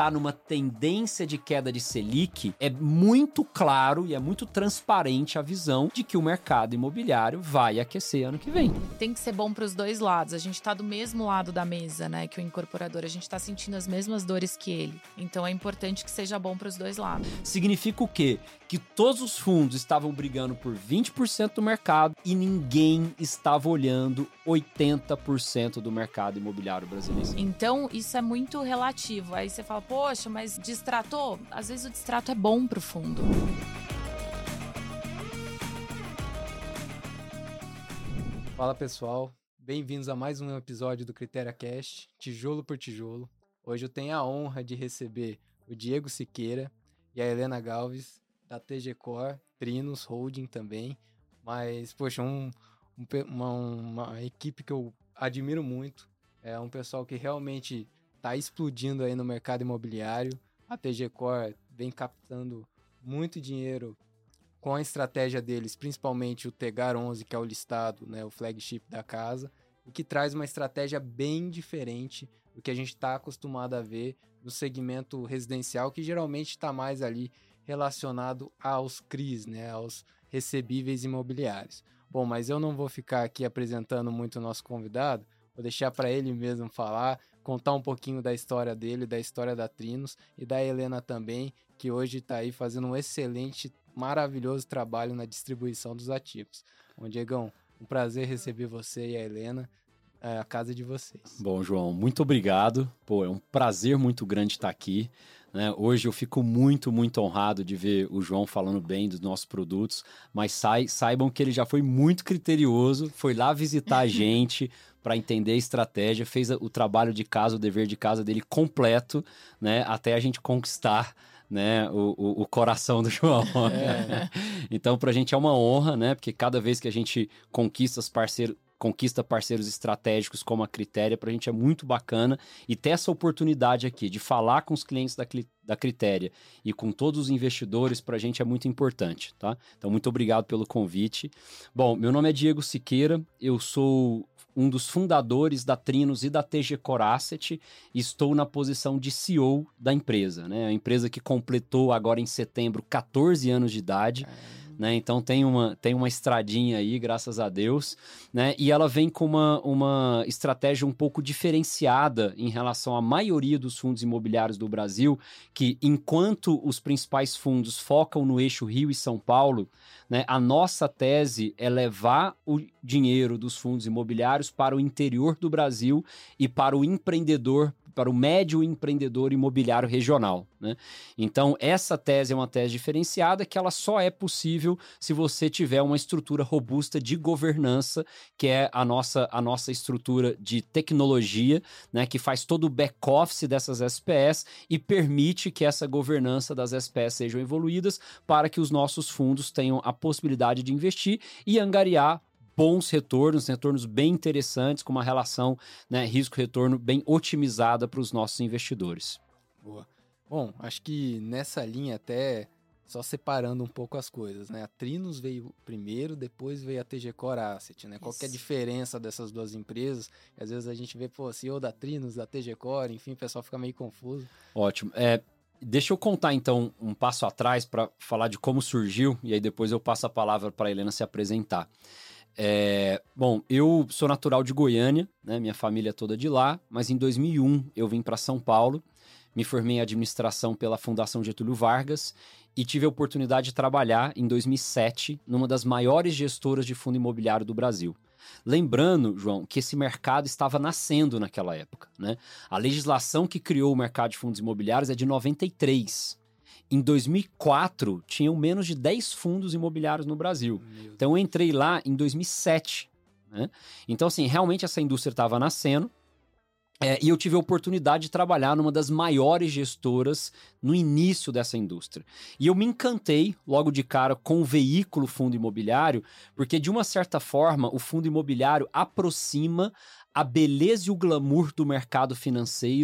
tá numa tendência de queda de Selic, é muito claro e é muito transparente a visão de que o mercado imobiliário vai aquecer ano que vem. Tem que ser bom para os dois lados. A gente tá do mesmo lado da mesa, né, que o incorporador. A gente tá sentindo as mesmas dores que ele. Então é importante que seja bom para os dois lados. Significa o quê? Que todos os fundos estavam brigando por 20% do mercado e ninguém estava olhando 80% do mercado imobiliário brasileiro. Então, isso é muito relativo. Aí você fala, poxa, mas distratou? Às vezes o distrato é bom pro fundo. Fala pessoal, bem-vindos a mais um episódio do Critéria Cast, tijolo por tijolo. Hoje eu tenho a honra de receber o Diego Siqueira e a Helena Galves, da TG Core, Trinos Holding também. Mas, poxa, uma equipe que eu admiro muito. É um pessoal que realmente está explodindo aí no mercado imobiliário. A TG Core vem captando muito dinheiro com a estratégia deles, principalmente o Tegar 11, que é o listado, né, o flagship da casa, e que traz uma estratégia bem diferente do que a gente está acostumado a ver no segmento residencial, que geralmente está mais ali relacionado aos CRIs, né, aos recebíveis imobiliários. Bom, mas eu não vou ficar aqui apresentando muito o nosso convidado, vou deixar para ele mesmo falar, contar um pouquinho da história dele, da história da Trinos e da Helena também, que hoje está aí fazendo um excelente, maravilhoso trabalho na distribuição dos ativos. Bom, Diegão, um prazer receber você e a Helena, a casa de vocês. Bom, João, muito obrigado. Pô, é um prazer muito grande estar aqui, né? Hoje eu fico muito honrado de ver o João falando bem dos nossos produtos, mas saibam que ele já foi muito criterioso, foi lá visitar a gente para entender a estratégia, fez o trabalho de casa, o dever de casa dele completo, né? Até a gente conquistar, né, o coração do João. Então, pra gente é uma honra, né? Porque cada vez que a gente conquista parceiros estratégicos como a Critéria, pra gente é muito bacana, e ter essa oportunidade aqui de falar com os clientes da Critéria e com todos os investidores, pra gente é muito importante, tá? Então, muito obrigado pelo convite. Bom, meu nome é Diego Siqueira, eu sou um dos fundadores da Trinos e da TG Core Asset, e estou na posição de CEO da empresa, né? A empresa que completou agora em setembro 14 anos de idade, né? Então tem uma estradinha aí, graças a Deus, né? E ela vem com uma estratégia um pouco diferenciada em relação à maioria dos fundos imobiliários do Brasil, que enquanto os principais fundos focam no eixo Rio e São Paulo, né, a nossa tese é levar o dinheiro dos fundos imobiliários para o interior do Brasil e para o empreendedor, para o médio empreendedor imobiliário regional, né? Então, essa tese é uma tese diferenciada, que ela só é possível se você tiver uma estrutura robusta de governança, que é a nossa estrutura de tecnologia, né, que faz todo o back-office dessas SPS e permite que essa governança das SPS sejam evoluídas para que os nossos fundos tenham a possibilidade de investir e angariar bons retornos bem interessantes, com uma relação, né, risco-retorno bem otimizada para os nossos investidores. Boa. Bom, acho que nessa linha até, só separando um pouco as coisas, né? A Trinos veio primeiro, depois veio a TG Core Asset, né? Qual que é a diferença dessas duas empresas? Às vezes a gente vê, CEO da Trinos, da TG Core, enfim, o pessoal fica meio confuso. Ótimo. Deixa eu contar, então, um passo atrás para falar de como surgiu, e aí depois eu passo a palavra para a Helena se apresentar. Bom, eu sou natural de Goiânia, né? Minha família é toda de lá, mas em 2001 eu vim para São Paulo, me formei em administração pela Fundação Getúlio Vargas e tive a oportunidade de trabalhar em 2007 numa das maiores gestoras de fundo imobiliário do Brasil. Lembrando, João, que esse mercado estava nascendo naquela época, né? A legislação que criou o mercado de fundos imobiliários é de 93. Em 2004, tinham menos de 10 fundos imobiliários no Brasil. Então, eu entrei lá em 2007. Né? Então, assim, realmente essa indústria estava nascendo. E eu tive a oportunidade de trabalhar numa das maiores gestoras no início dessa indústria. E eu me encantei logo de cara com o veículo fundo imobiliário, porque de uma certa forma o fundo imobiliário aproxima a beleza e o glamour do mercado financeiro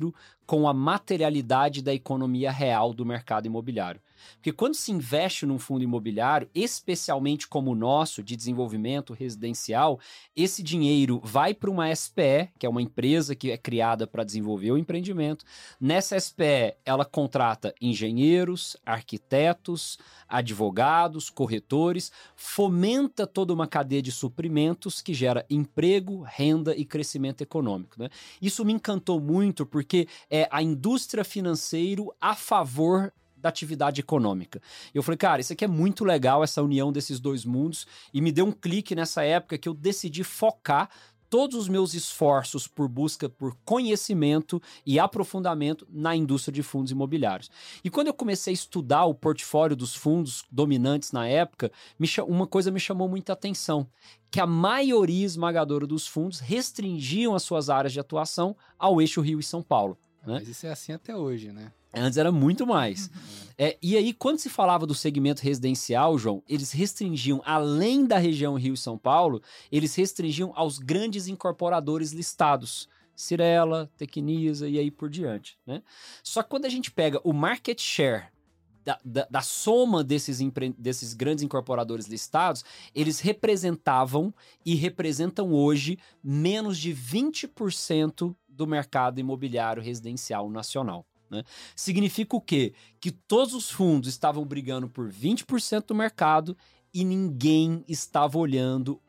com a materialidade da economia real do mercado imobiliário. Porque quando se investe num fundo imobiliário, especialmente como o nosso, de desenvolvimento residencial, esse dinheiro vai para uma SPE, que é uma empresa que é criada para desenvolver o empreendimento. Nessa SPE, ela contrata engenheiros, arquitetos, advogados, corretores, fomenta toda uma cadeia de suprimentos que gera emprego, renda e crescimento econômico, né? Isso me encantou muito porque é a indústria financeira a favor da atividade econômica. Eu falei, cara, isso aqui é muito legal, essa união desses dois mundos, e me deu um clique nessa época que eu decidi focar todos os meus esforços por busca por conhecimento e aprofundamento na indústria de fundos imobiliários. E quando eu comecei a estudar o portfólio dos fundos dominantes na época, uma coisa me chamou muita atenção, que a maioria esmagadora dos fundos restringiam as suas áreas de atuação ao eixo Rio e São Paulo. Né? Mas isso é assim até hoje, né? Antes era muito mais. E aí, quando se falava do segmento residencial, João, eles restringiam, além da região Rio e São Paulo, eles restringiam aos grandes incorporadores listados. Cirela, Tecnisa e aí por diante. Né? Só que quando a gente pega o market share da soma desses grandes incorporadores listados, eles representavam e representam hoje menos de 20% do mercado imobiliário residencial nacional. Né? Significa o quê? Que todos os fundos estavam brigando por 20% do mercado e ninguém estava olhando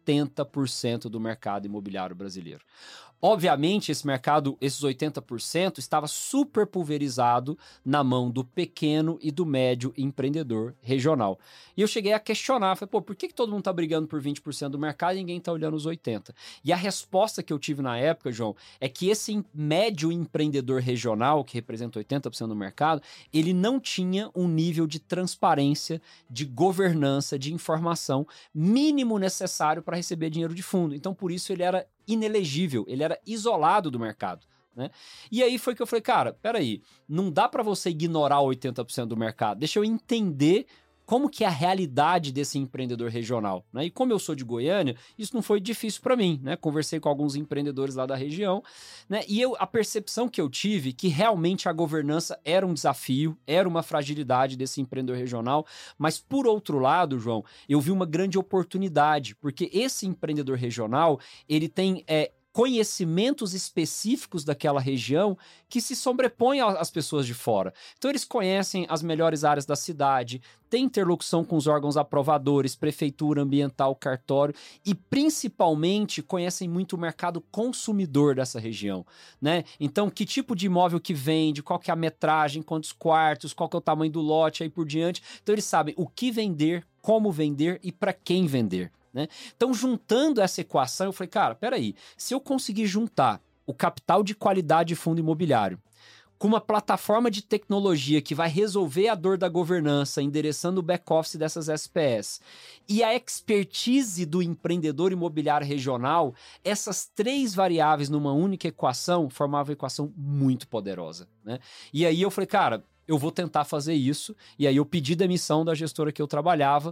80% do mercado imobiliário brasileiro. Obviamente, esse mercado, esses 80%, estava super pulverizado na mão do pequeno e do médio empreendedor regional. E eu cheguei a questionar, falei, por que todo mundo está brigando por 20% do mercado e ninguém está olhando os 80%? E a resposta que eu tive na época, João, é que esse médio empreendedor regional, que representa 80% do mercado, ele não tinha um nível de transparência, de governança, de informação mínimo necessário para receber dinheiro de fundo. Então, por isso, ele era inelegível, ele era isolado do mercado, né? E aí foi que eu falei, cara, peraí, não dá para você ignorar 80% do mercado, deixa eu entender como que é a realidade desse empreendedor regional, né? E como eu sou de Goiânia, isso não foi difícil para mim, né? Conversei com alguns empreendedores lá da região, né? E a percepção que eu tive que realmente a governança era um desafio, era uma fragilidade desse empreendedor regional, mas por outro lado, João, eu vi uma grande oportunidade, porque esse empreendedor regional, ele tem conhecimentos específicos daquela região que se sobrepõem às pessoas de fora. Então eles conhecem as melhores áreas da cidade, têm interlocução com os órgãos aprovadores, prefeitura, ambiental, cartório e principalmente conhecem muito o mercado consumidor dessa região, né? Então que tipo de imóvel que vende, qual que é a metragem, quantos quartos, qual que é o tamanho do lote, aí por diante. Então eles sabem o que vender, como vender e para quem vender. Né? Então, juntando essa equação, eu falei, cara, peraí, se eu conseguir juntar o capital de qualidade de fundo imobiliário com uma plataforma de tecnologia que vai resolver a dor da governança, endereçando o back-office dessas SPS, e a expertise do empreendedor imobiliário regional, essas três variáveis numa única equação formavam uma equação muito poderosa. Né? E aí eu falei, cara, eu vou tentar fazer isso, e aí eu pedi demissão da gestora que eu trabalhava,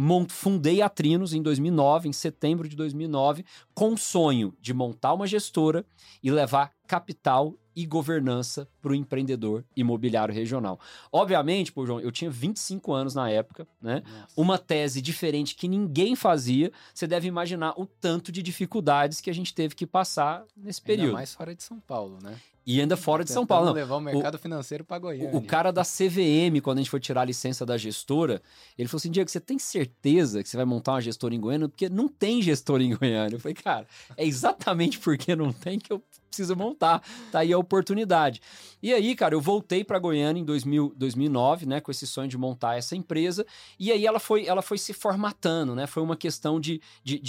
fundei a Trinos em 2009, em setembro de 2009, com o sonho de montar uma gestora e levar capital e governança para o empreendedor imobiliário regional. Obviamente, pô, João, eu tinha 25 anos na época, né? Nossa. Uma tese diferente que ninguém fazia. Você deve imaginar o tanto de dificuldades que a gente teve que passar nesse período. Ainda mais fora de São Paulo, né? E ainda fora de São Paulo. Não. Levar o mercado financeiro para Goiânia. O cara da CVM, quando a gente foi tirar a licença da gestora, ele falou assim, Diego, você tem certeza que você vai montar uma gestora em Goiânia? Porque não tem gestora em Goiânia. Eu falei, cara, é exatamente porque não tem que eu preciso montar. Tá aí a oportunidade. E aí, cara, eu voltei para Goiânia em 2009, né, com esse sonho de montar essa empresa. E aí ela foi se formatando, né? Foi uma questão de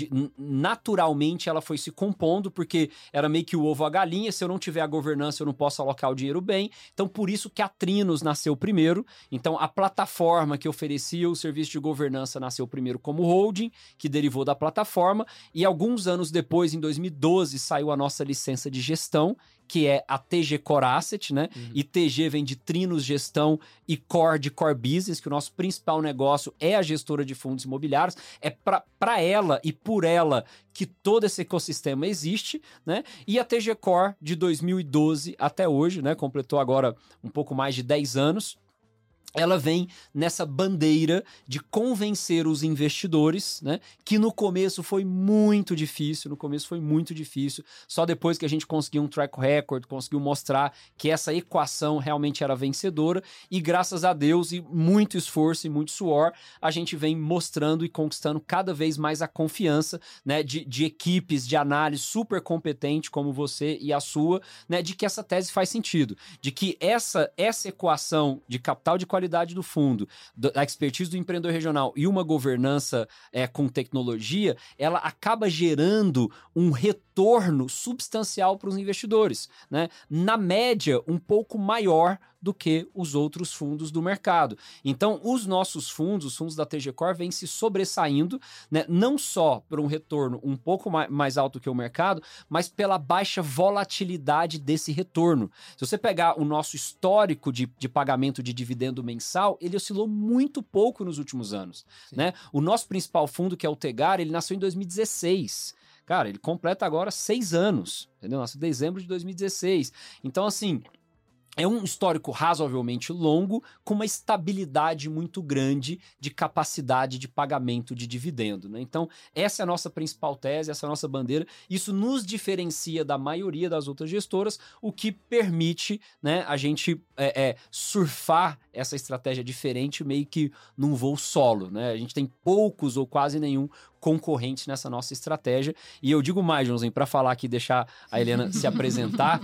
naturalmente ela foi se compondo, porque era meio que o ovo a galinha. Se eu não tiver a governança, eu não posso alocar o dinheiro bem. Então, por isso que a Trinos nasceu primeiro. Então, a plataforma que oferecia o serviço de governança nasceu primeiro como holding, que derivou da plataforma. E alguns anos depois, em 2012, saiu a nossa licença de gestão. gestão, que é a TG Core Asset, né? E TG vem de Trinos Gestão e Core de Core Business, que o nosso principal negócio é a gestora de fundos imobiliários. É para ela e por ela que todo esse ecossistema existe, né? E a TG Core de 2012 até hoje, né? Completou agora um pouco mais de 10 anos. Ela vem nessa bandeira de convencer os investidores, né? Que no começo foi muito difícil, só depois que a gente conseguiu um track record, conseguiu mostrar que essa equação realmente era vencedora, e graças a Deus e muito esforço e muito suor, a gente vem mostrando e conquistando cada vez mais a confiança, né? De equipes de análise super competente como você e a sua, né? De que essa tese faz sentido, de que essa equação de capital de qualidade do fundo, da expertise do empreendedor regional e uma governança com tecnologia, ela acaba gerando um retorno substancial para os investidores, né? Na média, um pouco maior do que os outros fundos do mercado. Então, os nossos fundos, os fundos da TG Core, vêm se sobressaindo, né? Não só por um retorno um pouco mais alto que o mercado, mas pela baixa volatilidade desse retorno. Se você pegar o nosso histórico de pagamento de dividendo mensal, ele oscilou muito pouco nos últimos anos, né? O nosso principal fundo, que é o Tegar, ele nasceu em 2016. Cara, ele completa agora 6 anos, entendeu? Nasceu em dezembro de 2016. Então, assim, é um histórico razoavelmente longo, com uma estabilidade muito grande de capacidade de pagamento de dividendo, né? Então, essa é a nossa principal tese, essa é a nossa bandeira. Isso nos diferencia da maioria das outras gestoras, o que permite, né, a gente surfar essa estratégia diferente meio que num voo solo, né? A gente tem poucos ou quase nenhum concorrente nessa nossa estratégia. E eu digo mais, Joãozinho, para falar aqui, deixar a Helena se apresentar,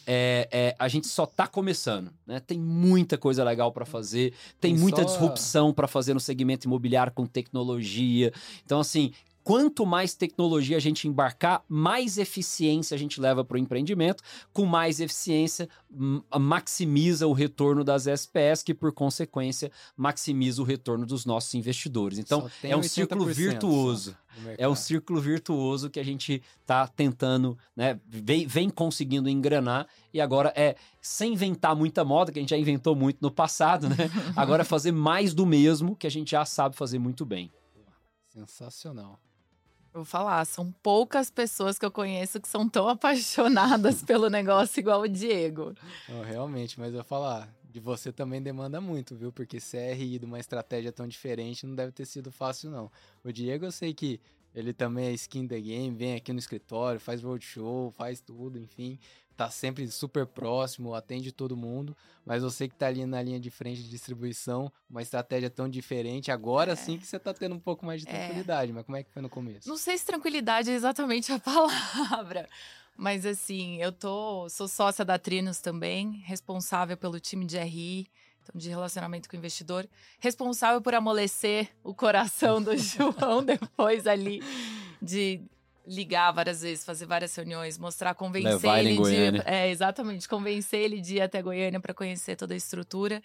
a gente só tá começando, né? Tem muita coisa legal para fazer, tem muita disrupção para fazer no segmento imobiliário com tecnologia. Então, assim, quanto mais tecnologia a gente embarcar, mais eficiência a gente leva para o empreendimento, com mais eficiência maximiza o retorno das SPS, que por consequência maximiza o retorno dos nossos investidores. Então é um círculo virtuoso. É um círculo virtuoso que a gente está tentando, né, vem conseguindo engrenar, e agora sem inventar muita moda, que a gente já inventou muito no passado, né? Agora é fazer mais do mesmo, que a gente já sabe fazer muito bem. Sensacional. Vou falar, são poucas pessoas que eu conheço que são tão apaixonadas pelo negócio igual o Diego. Não, realmente, mas eu vou falar, de você também demanda muito, viu? Porque CRI de uma estratégia tão diferente não deve ter sido fácil, não. O Diego, eu sei que ele também é skin the game, vem aqui no escritório, faz roadshow, faz tudo, enfim. Tá sempre super próximo, atende todo mundo, mas você que tá ali na linha de frente de distribuição, uma estratégia tão diferente, agora sim que você tá tendo um pouco mais de tranquilidade, mas como é que foi no começo? Não sei se tranquilidade é exatamente a palavra, mas assim, sou sócia da Trinos também, responsável pelo time de RI, então de relacionamento com o investidor, responsável por amolecer o coração do João depois ali de ligar várias vezes, fazer várias reuniões, mostrar, convencer ele de ir, exatamente, convencer ele de ir até Goiânia para conhecer toda a estrutura.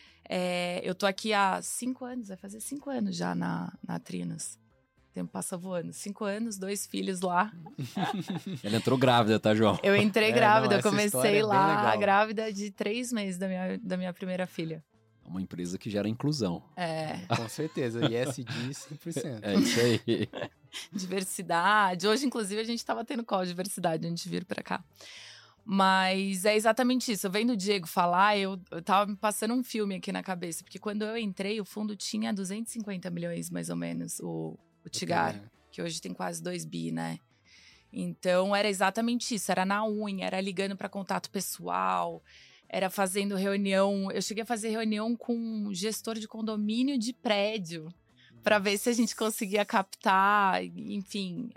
Eu tô aqui há 5 anos, vai fazer 5 anos já na Trinos. O tempo passa voando. 5 anos, 2 filhos lá. Ela entrou grávida, tá, João? Eu entrei grávida, eu comecei lá grávida de 3 meses da minha primeira filha. É uma empresa que gera inclusão. Com certeza, ISD 100%. É isso aí. Diversidade. Hoje, inclusive, a gente estava tendo call de diversidade antes de vir para cá. Mas é exatamente isso. Eu vendo o Diego falar, eu tava me passando um filme aqui na cabeça. Porque quando eu entrei, o fundo tinha 250 milhões, mais ou menos, o Tigar. Que hoje tem quase 2 bi, né? Então, era exatamente isso. Era na unha, era ligando para contato pessoal, era fazendo reunião. Eu cheguei a fazer reunião com um gestor de condomínio de prédio para ver se a gente conseguia captar, enfim.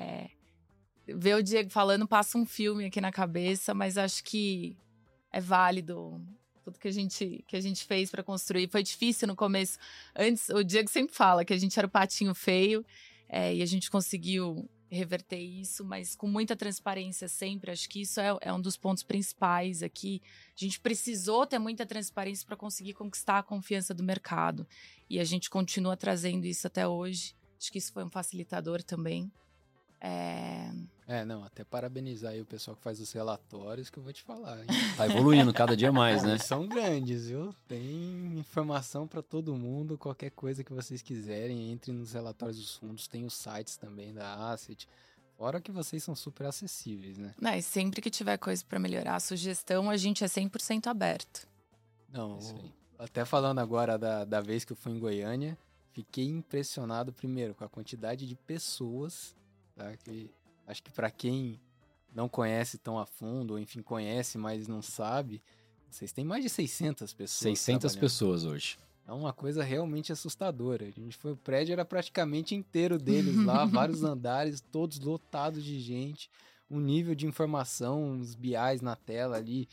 Ver o Diego falando passa um filme aqui na cabeça, mas acho que é válido tudo que a gente fez para construir. Foi difícil no começo. Antes, o Diego sempre fala que a gente era o patinho feio, e a gente conseguiu reverter isso, mas com muita transparência sempre. Acho que isso é um dos pontos principais aqui. A gente precisou ter muita transparência para conseguir conquistar a confiança do mercado. E a gente continua trazendo isso até hoje. Acho que isso foi um facilitador também. Não, até parabenizar aí o pessoal que faz os relatórios, que eu vou te falar, hein? Tá evoluindo cada dia mais, né? Eles são grandes, viu? Tem informação para todo mundo, qualquer coisa que vocês quiserem, entre nos relatórios dos fundos, tem os sites também da Asset, fora que vocês são super acessíveis, né? E sempre que tiver coisa para melhorar a sugestão, a gente é 100% aberto. Não, até falando agora da vez que eu fui em Goiânia, fiquei impressionado primeiro com a quantidade de pessoas, tá? Que acho que para quem não conhece tão a fundo, ou enfim, conhece, mas não sabe, vocês têm mais de 600 pessoas 600 pessoas hoje. É uma coisa realmente assustadora. A gente foi, o prédio era praticamente inteiro deles lá, vários andares, todos lotados de gente, um nível de informação, os BIs na tela ali,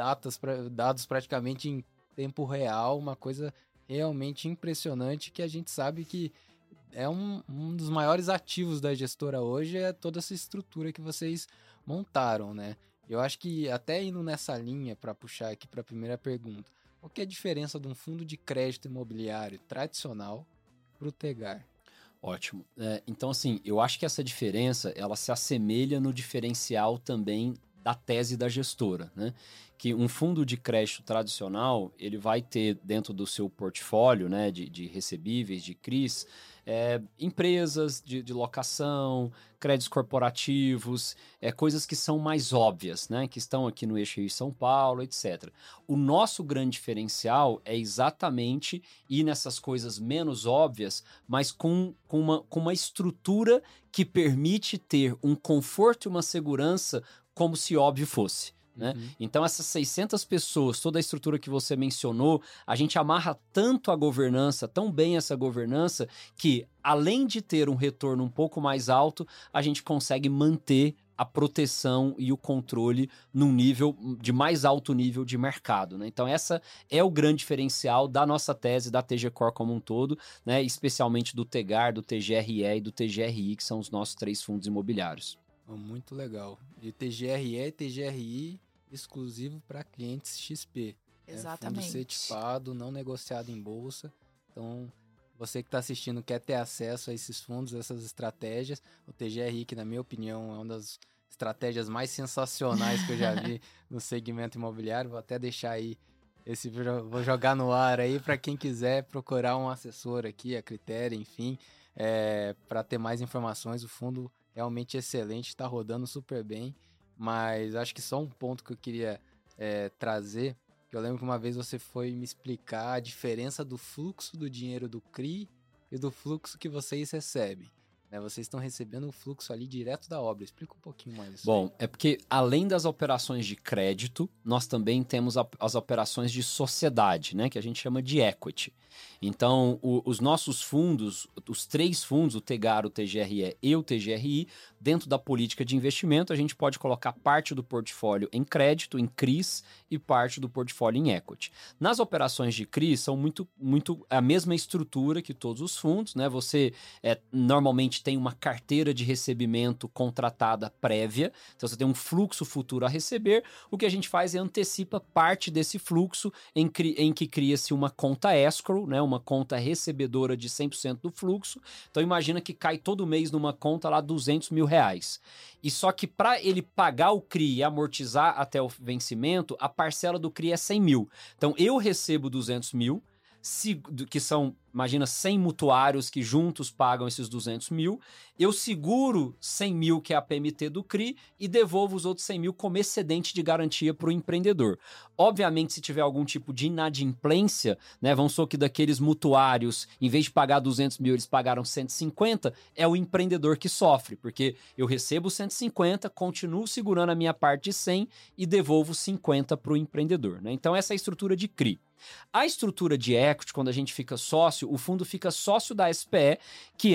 dados praticamente em tempo real, uma coisa realmente impressionante que a gente sabe que é um dos maiores ativos da gestora hoje, é toda essa estrutura que vocês montaram, né? Eu acho que até indo nessa linha para puxar aqui para a primeira pergunta, qual que é a diferença de um fundo de crédito imobiliário tradicional para o Tegar? Ótimo. Então, assim, eu acho que essa diferença, ela se assemelha no diferencial também da tese da gestora, né? Que um fundo de crédito tradicional, ele vai ter dentro do seu portfólio, né, de recebíveis, de CRIs, empresas de locação, créditos corporativos, coisas que são mais óbvias, né, que estão aqui no eixo Rio-São Paulo, etc. O nosso grande diferencial é exatamente ir nessas coisas menos óbvias, mas com uma estrutura que permite ter um conforto e uma segurança como se óbvio fosse. Né? Então essas 600 pessoas, toda a estrutura que você mencionou, a gente amarra tanto a governança, tão bem essa governança, que além de ter um retorno um pouco mais alto, a gente consegue manter a proteção e o controle num nível de mais alto nível de mercado, né? Então essa é o grande diferencial da nossa tese, da TG Core como um todo, né? Especialmente do Tegar, do TGRE e do TGRI, que são os nossos 3 fundos imobiliários. Muito legal. E TGRE e TGRI exclusivo para clientes XP. Exatamente. Fundo certificado, não negociado em bolsa. Então, você que está assistindo quer ter acesso a esses fundos, essas estratégias. O TGRI, que na minha opinião é uma das estratégias mais sensacionais que eu já vi no segmento imobiliário. Vou até deixar aí, vou jogar no ar aí para quem quiser procurar um assessor aqui, a Critério, enfim, para ter mais informações. O fundo realmente excelente, está rodando super bem, mas acho que só um ponto que eu queria trazer, que eu lembro que uma vez você foi me explicar a diferença do fluxo do dinheiro do CRI e do fluxo que vocês recebem. Vocês estão recebendo o fluxo ali direto da obra. Explica um pouquinho mais isso. Bom, é porque além das operações de crédito, nós também temos as operações de sociedade, né, que a gente chama de equity. Então, os nossos fundos, os 3 fundos, o Tegar, o TGRE e o TGRI, dentro da política de investimento, a gente pode colocar parte do portfólio em crédito, em CRIs, e parte do portfólio em equity. Nas operações de CRIs, são muito a mesma estrutura que todos os fundos, né? Você normalmente tem uma carteira de recebimento contratada prévia, então você tem um fluxo futuro a receber. O que a gente faz é antecipa parte desse fluxo em que cria-se uma conta escrow, né? Uma conta recebedora de 100% do fluxo. Então imagina que cai todo mês numa conta lá R$200 mil. E só que para ele pagar o CRI e amortizar até o vencimento, a parcela do CRI é 100 mil. Então eu recebo 200 mil, que são, imagina, 100 mutuários que juntos pagam esses 200 mil, eu seguro 100 mil, que é a PMT do CRI, e devolvo os outros 100 mil como excedente de garantia para o empreendedor. Obviamente, se tiver algum tipo de inadimplência, né, vamos supor que daqueles mutuários, em vez de pagar 200 mil, eles pagaram 150, é o empreendedor que sofre, porque eu recebo 150, continuo segurando a minha parte de 100 e devolvo 50 para o empreendedor, né? Então, essa é a estrutura de CRI. A estrutura de equity, quando a gente fica sócio, o fundo fica sócio da SPE, que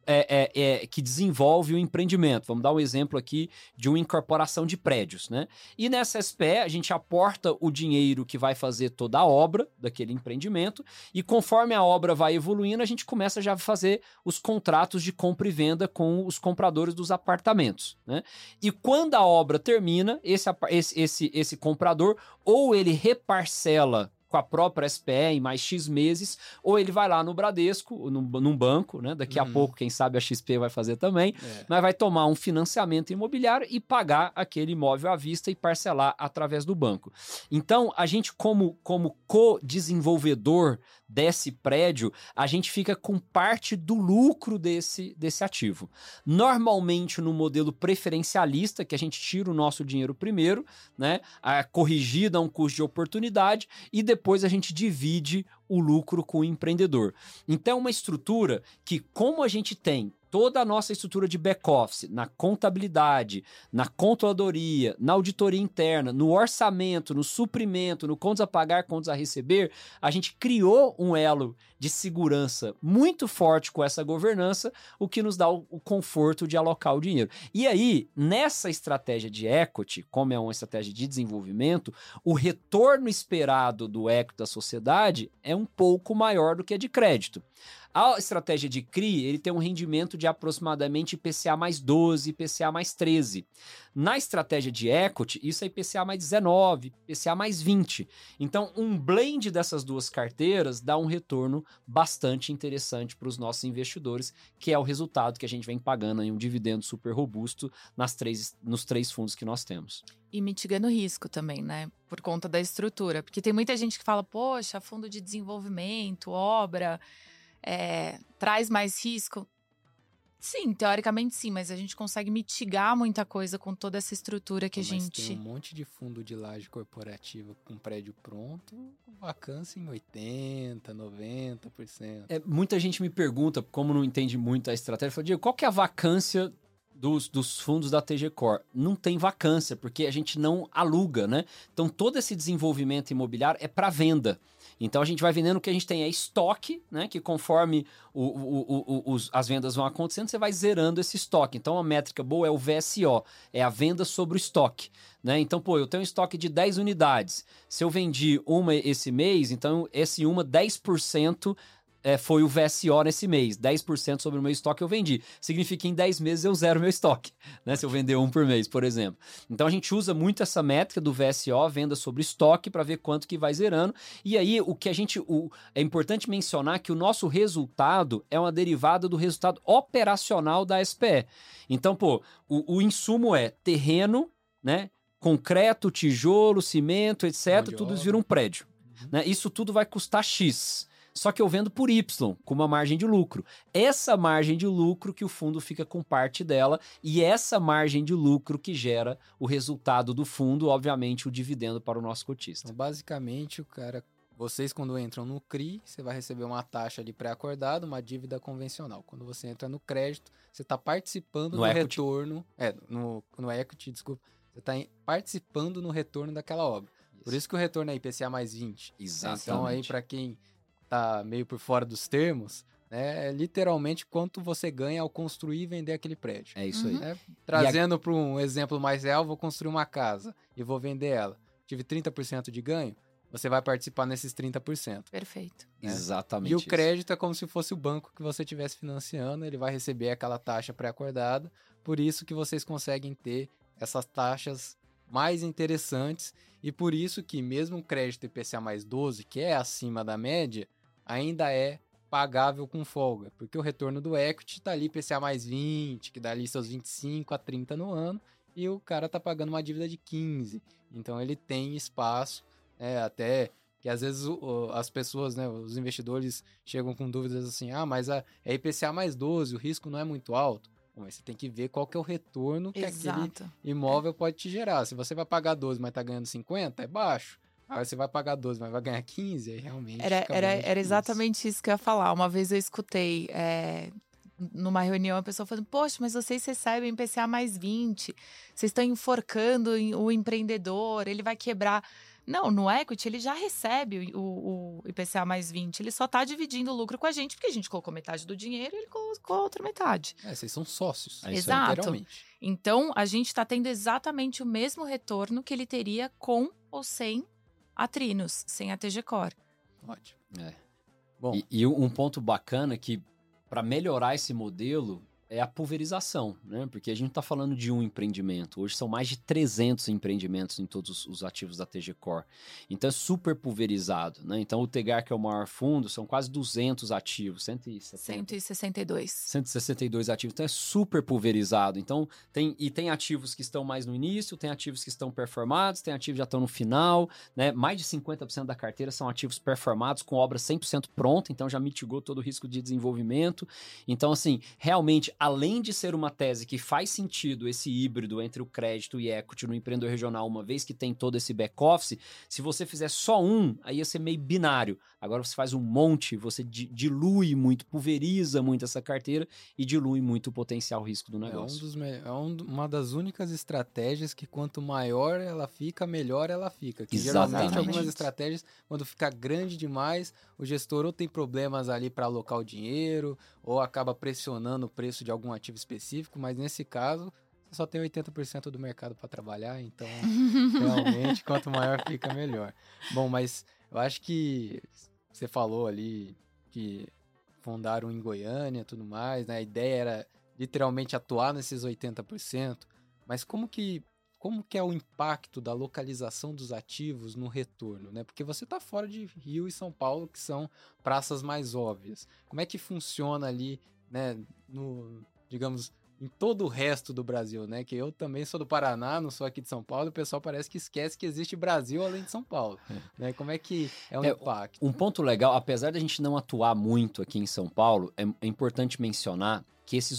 que desenvolve o empreendimento. Vamos dar um exemplo aqui de uma incorporação de prédios, né? E nessa SPE a gente aporta o dinheiro que vai fazer toda a obra daquele empreendimento, e conforme a obra vai evoluindo, a gente começa já a fazer os contratos de compra e venda com os compradores dos apartamentos, né? E quando a obra termina, esse comprador ou ele reparcela com a própria SPE em mais X meses, ou ele vai lá no Bradesco, num banco, né? Daqui a pouco, quem sabe a XP vai fazer também, mas vai tomar um financiamento imobiliário e pagar aquele imóvel à vista e parcelar através do banco. Então, a gente, como co-desenvolvedor desse prédio, a gente fica com parte do lucro desse ativo. Normalmente, no modelo preferencialista, que a gente tira o nosso dinheiro primeiro, né, corrigido a um custo de oportunidade, e depois a gente divide o lucro com o empreendedor. Então, é uma estrutura que, como a gente tem toda a nossa estrutura de back-office, na contabilidade, na controladoria, na auditoria interna, no orçamento, no suprimento, no contas a pagar, contas a receber, a gente criou um elo de segurança muito forte com essa governança, o que nos dá o conforto de alocar o dinheiro. E aí, nessa estratégia de equity, como é uma estratégia de desenvolvimento, o retorno esperado do equity da sociedade é um pouco maior do que a de crédito. A estratégia de CRI, ele tem um rendimento de aproximadamente IPCA mais 12, IPCA mais 13. Na estratégia de equity, isso é IPCA mais 19, IPCA mais 20. Então, um blend dessas duas carteiras dá um retorno bastante interessante para os nossos investidores, que é o resultado que a gente vem pagando em um dividendo super robusto nos três fundos que nós temos. E mitigando o risco também, né? Por conta da estrutura. Porque tem muita gente que fala, poxa, fundo de desenvolvimento, obra... traz mais risco? Sim, teoricamente sim, mas a gente consegue mitigar muita coisa com toda essa estrutura que a gente... Tem um monte de fundo de laje corporativa com prédio pronto, vacância em 80%, 90%. Muita gente me pergunta, como não entende muito a estratégia, fala, Diego, qual que é a vacância dos fundos da TG Core? Não tem vacância, porque a gente não aluga, né? Então, todo esse desenvolvimento imobiliário é para venda. Então, a gente vai vendendo o que a gente tem, é estoque, né? Que conforme as vendas vão acontecendo, você vai zerando esse estoque. Então, a métrica boa é o VSO, é a venda sobre o estoque, né? Então, eu tenho um estoque de 10 unidades. Se eu vendi uma esse mês, então, esse uma, 10%... foi o VSO nesse mês, 10% sobre o meu estoque eu vendi. Significa que em 10 meses eu zero meu estoque, né? Se eu vender um por mês, por exemplo. Então a gente usa muito essa métrica do VSO, venda sobre estoque, para ver quanto que vai zerando. E aí é importante mencionar que o nosso resultado é uma derivada do resultado operacional da SPE. Então, o insumo é terreno, né? Concreto, tijolo, cimento, etc. Tudo isso vira um prédio. Né? Isso tudo vai custar X. Só que eu vendo por Y, com uma margem de lucro. Essa margem de lucro que o fundo fica com parte dela, e essa margem de lucro que gera o resultado do fundo, obviamente, o dividendo para o nosso cotista. Então, basicamente, vocês quando entram no CRI, você vai receber uma taxa ali pré-acordada, uma dívida convencional. Quando você entra no crédito, você está participando do retorno... No equity, desculpa. Você está participando no retorno daquela obra. Isso. Por isso que o retorno é IPCA mais 20. Exatamente. Então, aí, para quem tá meio por fora dos termos, né, é literalmente quanto você ganha ao construir e vender aquele prédio. É isso aí. Né? Trazendo para um exemplo mais real, vou construir uma casa e vou vender ela. Tive 30% de ganho, você vai participar nesses 30%. Perfeito. Né? Exatamente. E o crédito é como se fosse o banco que você estivesse financiando, ele vai receber aquela taxa pré-acordada, por isso que vocês conseguem ter essas taxas mais interessantes e por isso que mesmo o crédito IPCA mais 12, que é acima da média, ainda é pagável com folga, porque o retorno do equity tá ali IPCA mais 20, que dá ali seus 25 a 30 no ano, e o cara tá pagando uma dívida de 15. Então ele tem espaço, até que às vezes as pessoas, né, os investidores chegam com dúvidas assim, mas é IPCA mais 12, o risco não é muito alto. Mas você tem que ver qual que é o retorno que aquele imóvel pode te gerar. Se você vai pagar 12, mas tá ganhando 50, é baixo. Aí você vai pagar 12, mas vai ganhar 15, aí realmente Era exatamente isso que eu ia falar. Uma vez eu escutei numa reunião a pessoa falando, poxa, mas vocês recebem IPCA mais 20, vocês estão enforcando o empreendedor, ele vai quebrar. Não, no equity ele já recebe o IPCA mais 20, ele só tá dividindo o lucro com a gente, porque a gente colocou metade do dinheiro e ele colocou a outra metade. Vocês são sócios. Exato. Então, a gente tá tendo exatamente o mesmo retorno que ele teria com ou sem a Trinos, sem a TG Core. Ótimo. Bom. E um ponto bacana que, para melhorar esse modelo, é a pulverização, né? Porque a gente não está falando de um empreendimento. Hoje são mais de 300 empreendimentos em todos os ativos da TG Core. Então é super pulverizado, né? Então o Tegar, que é o maior fundo, são quase 200 ativos, 162. 162 ativos. Então é super pulverizado. Então tem ativos que estão mais no início, tem ativos que estão performados, tem ativos que já estão no final, né? Mais de 50% da carteira são ativos performados com obra 100% pronta, então já mitigou todo o risco de desenvolvimento. Então, assim, realmente, além de ser uma tese que faz sentido esse híbrido entre o crédito e equity no empreendedor regional, uma vez que tem todo esse back-office, se você fizer só um, aí ia ser meio binário. Agora você faz um monte, você dilui muito, pulveriza muito essa carteira e dilui muito o potencial risco do negócio. Uma das únicas estratégias que quanto maior ela fica, melhor ela fica. Que geralmente algumas estratégias, quando fica grande demais, o gestor ou tem problemas ali para alocar o dinheiro, ou acaba pressionando o preço de algum ativo específico, mas nesse caso, você só tem 80% do mercado para trabalhar, então realmente quanto maior fica, melhor. Bom, mas eu acho que você falou ali que fundaram em Goiânia e tudo mais, né? A ideia era literalmente atuar nesses 80%, mas como que é o impacto da localização dos ativos no retorno, né? Porque você está fora de Rio e São Paulo, que são praças mais óbvias. Como é que funciona ali, né, digamos, em todo o resto do Brasil, né? Que eu também sou do Paraná, não sou aqui de São Paulo, e o pessoal parece que esquece que existe Brasil além de São Paulo, né? Como é que é o impacto? Um ponto legal, apesar da gente não atuar muito aqui em São Paulo, é importante mencionar que esses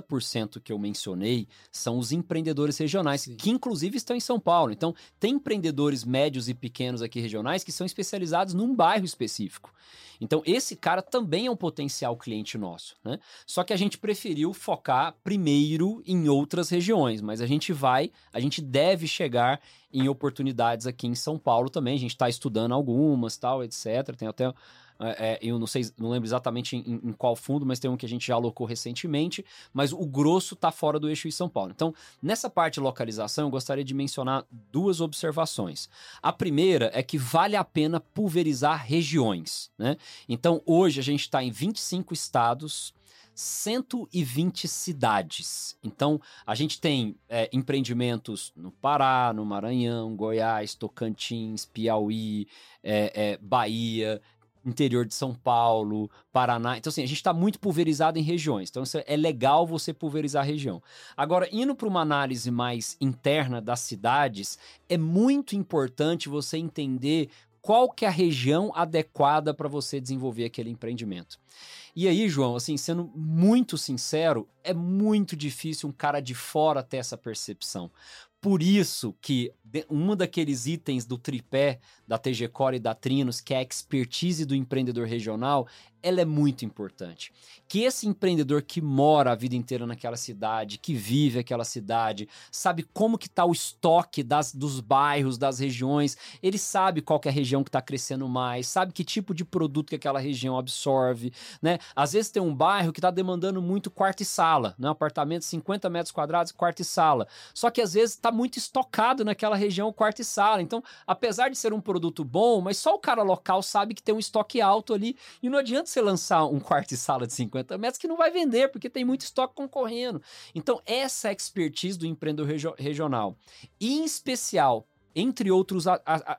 80% que eu mencionei são os empreendedores regionais, Sim. que inclusive estão em São Paulo. Então, tem empreendedores médios e pequenos aqui regionais que são especializados num bairro específico. Então, esse cara também é um potencial cliente nosso, né? Só que a gente preferiu focar primeiro em outras regiões, mas a gente deve chegar em oportunidades aqui em São Paulo também. A gente está estudando algumas, tal, etc. Tem até... eu não sei, não lembro exatamente em qual fundo, mas tem um que a gente já alocou recentemente, mas o grosso está fora do eixo em São Paulo. Então, nessa parte de localização, eu gostaria de mencionar duas observações. A primeira é que vale a pena pulverizar regiões, né? Então, hoje a gente está em 25 estados, 120 cidades. Então, a gente tem empreendimentos no Pará, no Maranhão, Goiás, Tocantins, Piauí, Bahia, interior de São Paulo, Paraná. Então, assim, a gente está muito pulverizado em regiões. Então, é legal você pulverizar a região. Agora, indo para uma análise mais interna das cidades, é muito importante você entender qual que é a região adequada para você desenvolver aquele empreendimento. E aí, João, assim, sendo muito sincero, é muito difícil um cara de fora ter essa percepção. Por isso que um daqueles itens do tripé da TG Core e da Trinos, que é a expertise do empreendedor regional, ela é muito importante. Que esse empreendedor que mora a vida inteira naquela cidade, que vive aquela cidade, sabe como que está o estoque dos bairros, das regiões, ele sabe qual que é a região que está crescendo mais, sabe que tipo de produto que aquela região absorve, né? Às vezes tem um bairro que está demandando muito quarto e sala, né? Um apartamento 50 metros quadrados, quarto e sala. Só que às vezes está muito estocado naquela região quarto e sala. Então, apesar de ser um produto bom, mas só o cara local sabe que tem um estoque alto ali e não adianta você lançar um quarto e sala de 50 metros que não vai vender, porque tem muito estoque concorrendo. Então, essa é a expertise do empreendedor regional. E, em especial, entre outros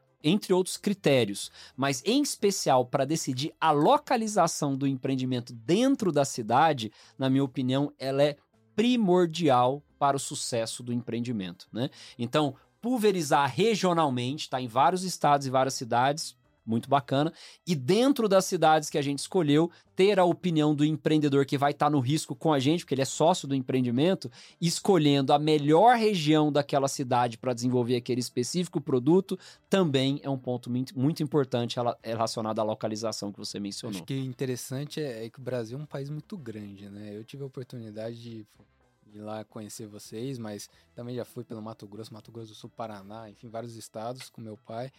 critérios, mas em especial para decidir a localização do empreendimento dentro da cidade, na minha opinião, ela é primordial para o sucesso do empreendimento, né? Então, pulverizar regionalmente, tá em vários estados e várias cidades, muito bacana. E dentro das cidades que a gente escolheu, ter a opinião do empreendedor que vai estar no risco com a gente, porque ele é sócio do empreendimento, escolhendo a melhor região daquela cidade para desenvolver aquele específico produto, também é um ponto muito importante relacionado à localização que você mencionou. Acho que o interessante é que o Brasil é um país muito grande, né? Eu tive a oportunidade de ir lá conhecer vocês, mas também já fui pelo Mato Grosso do Sul, Paraná, enfim, vários estados com meu pai.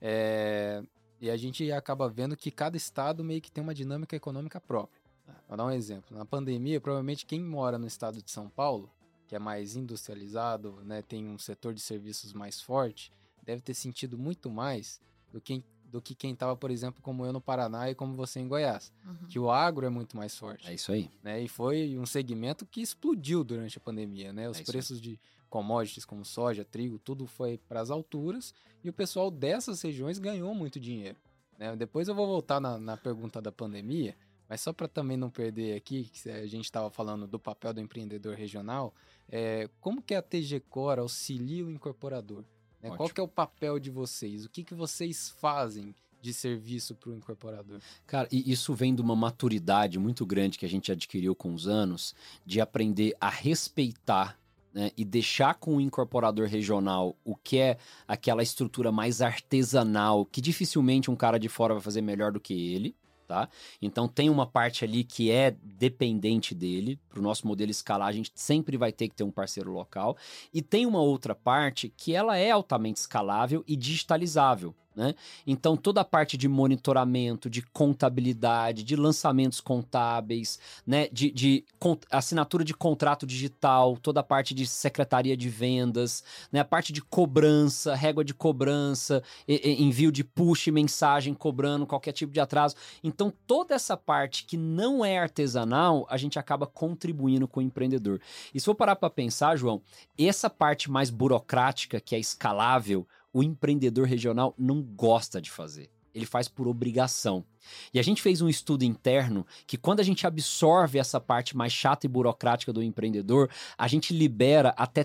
E a gente acaba vendo que cada estado meio que tem uma dinâmica econômica própria. Vou dar um exemplo. Na pandemia, provavelmente quem mora no estado de São Paulo, que é mais industrializado, né, tem um setor de serviços mais forte, deve ter sentido muito mais do do que quem estava, por exemplo, como eu no Paraná e como você em Goiás. Uhum. Que o agro é muito mais forte. É isso aí. Né? E foi um segmento que explodiu durante a pandemia, né? Os preços de commodities como soja, trigo, tudo foi para as alturas e o pessoal dessas regiões ganhou muito dinheiro. Né? Depois eu vou voltar na pergunta da pandemia, mas só para também não perder aqui, que a gente estava falando do papel do empreendedor regional, como que a TG Core auxilia o incorporador? Né? Qual que é o papel de vocês? O que vocês fazem de serviço para o incorporador? Cara, e isso vem de uma maturidade muito grande que a gente adquiriu com os anos, de aprender a respeitar, né, e deixar com o incorporador regional o que é aquela estrutura mais artesanal, que dificilmente um cara de fora vai fazer melhor do que ele. Tá? Então tem uma parte ali que é dependente dele. Para o nosso modelo escalar, a gente sempre vai ter que ter um parceiro local. E tem uma outra parte que ela é altamente escalável e digitalizável. Né? Então toda a parte de monitoramento, de contabilidade, de lançamentos contábeis, né? de assinatura de contrato digital, toda a parte de secretaria de vendas, né? A parte de cobrança, régua de cobrança, envio de push, mensagem cobrando qualquer tipo de atraso. Então toda essa parte que não é artesanal, a gente acaba contribuindo com o empreendedor. E se for parar para pensar, João, essa parte mais burocrática que é escalável, o empreendedor regional não gosta de fazer. Ele faz por obrigação. E a gente fez um estudo interno que quando a gente absorve essa parte mais chata e burocrática do empreendedor, a gente libera até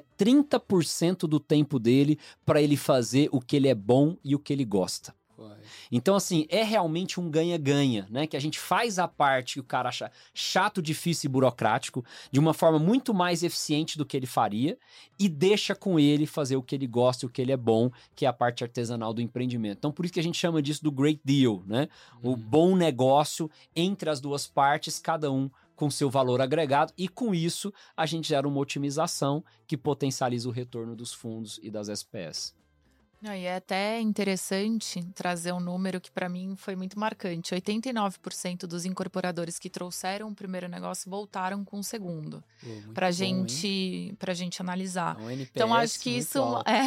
30% do tempo dele para ele fazer o que ele é bom e o que ele gosta. Então, assim, é realmente um ganha-ganha, né? Que a gente faz a parte que o cara acha chato, difícil e burocrático de uma forma muito mais eficiente do que ele faria e deixa com ele fazer o que ele gosta e o que ele é bom, que é a parte artesanal do empreendimento. Então, por isso que a gente chama disso do great deal, né? O bom negócio entre as duas partes, cada um com seu valor agregado, e com isso a gente gera uma otimização que potencializa o retorno dos fundos e das SPS. E é até interessante trazer um número que para mim foi muito marcante. 89% dos incorporadores que trouxeram o primeiro negócio voltaram com o segundo. Pra gente analisar. Então acho que isso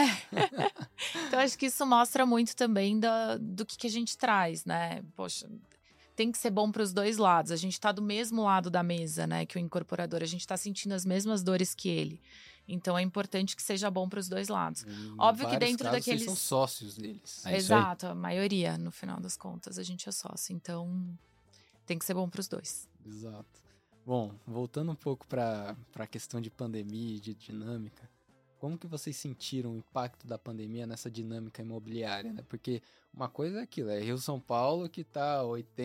então acho que isso mostra muito também do que a gente traz, né? Poxa, tem que ser bom para os dois lados. A gente está do mesmo lado da mesa, né, que o incorporador. A gente está sentindo as mesmas dores que ele. Então é importante que seja bom para os dois lados. Óbvio que dentro daqueles... Vocês são sócios deles. Exato, a maioria, no final das contas, a gente é sócio. Então tem que ser bom para os dois. Exato. Bom, voltando um pouco para a questão de pandemia e de dinâmica, como que vocês sentiram o impacto da pandemia nessa dinâmica imobiliária, né? Porque uma coisa é aquilo, é Rio-São Paulo que está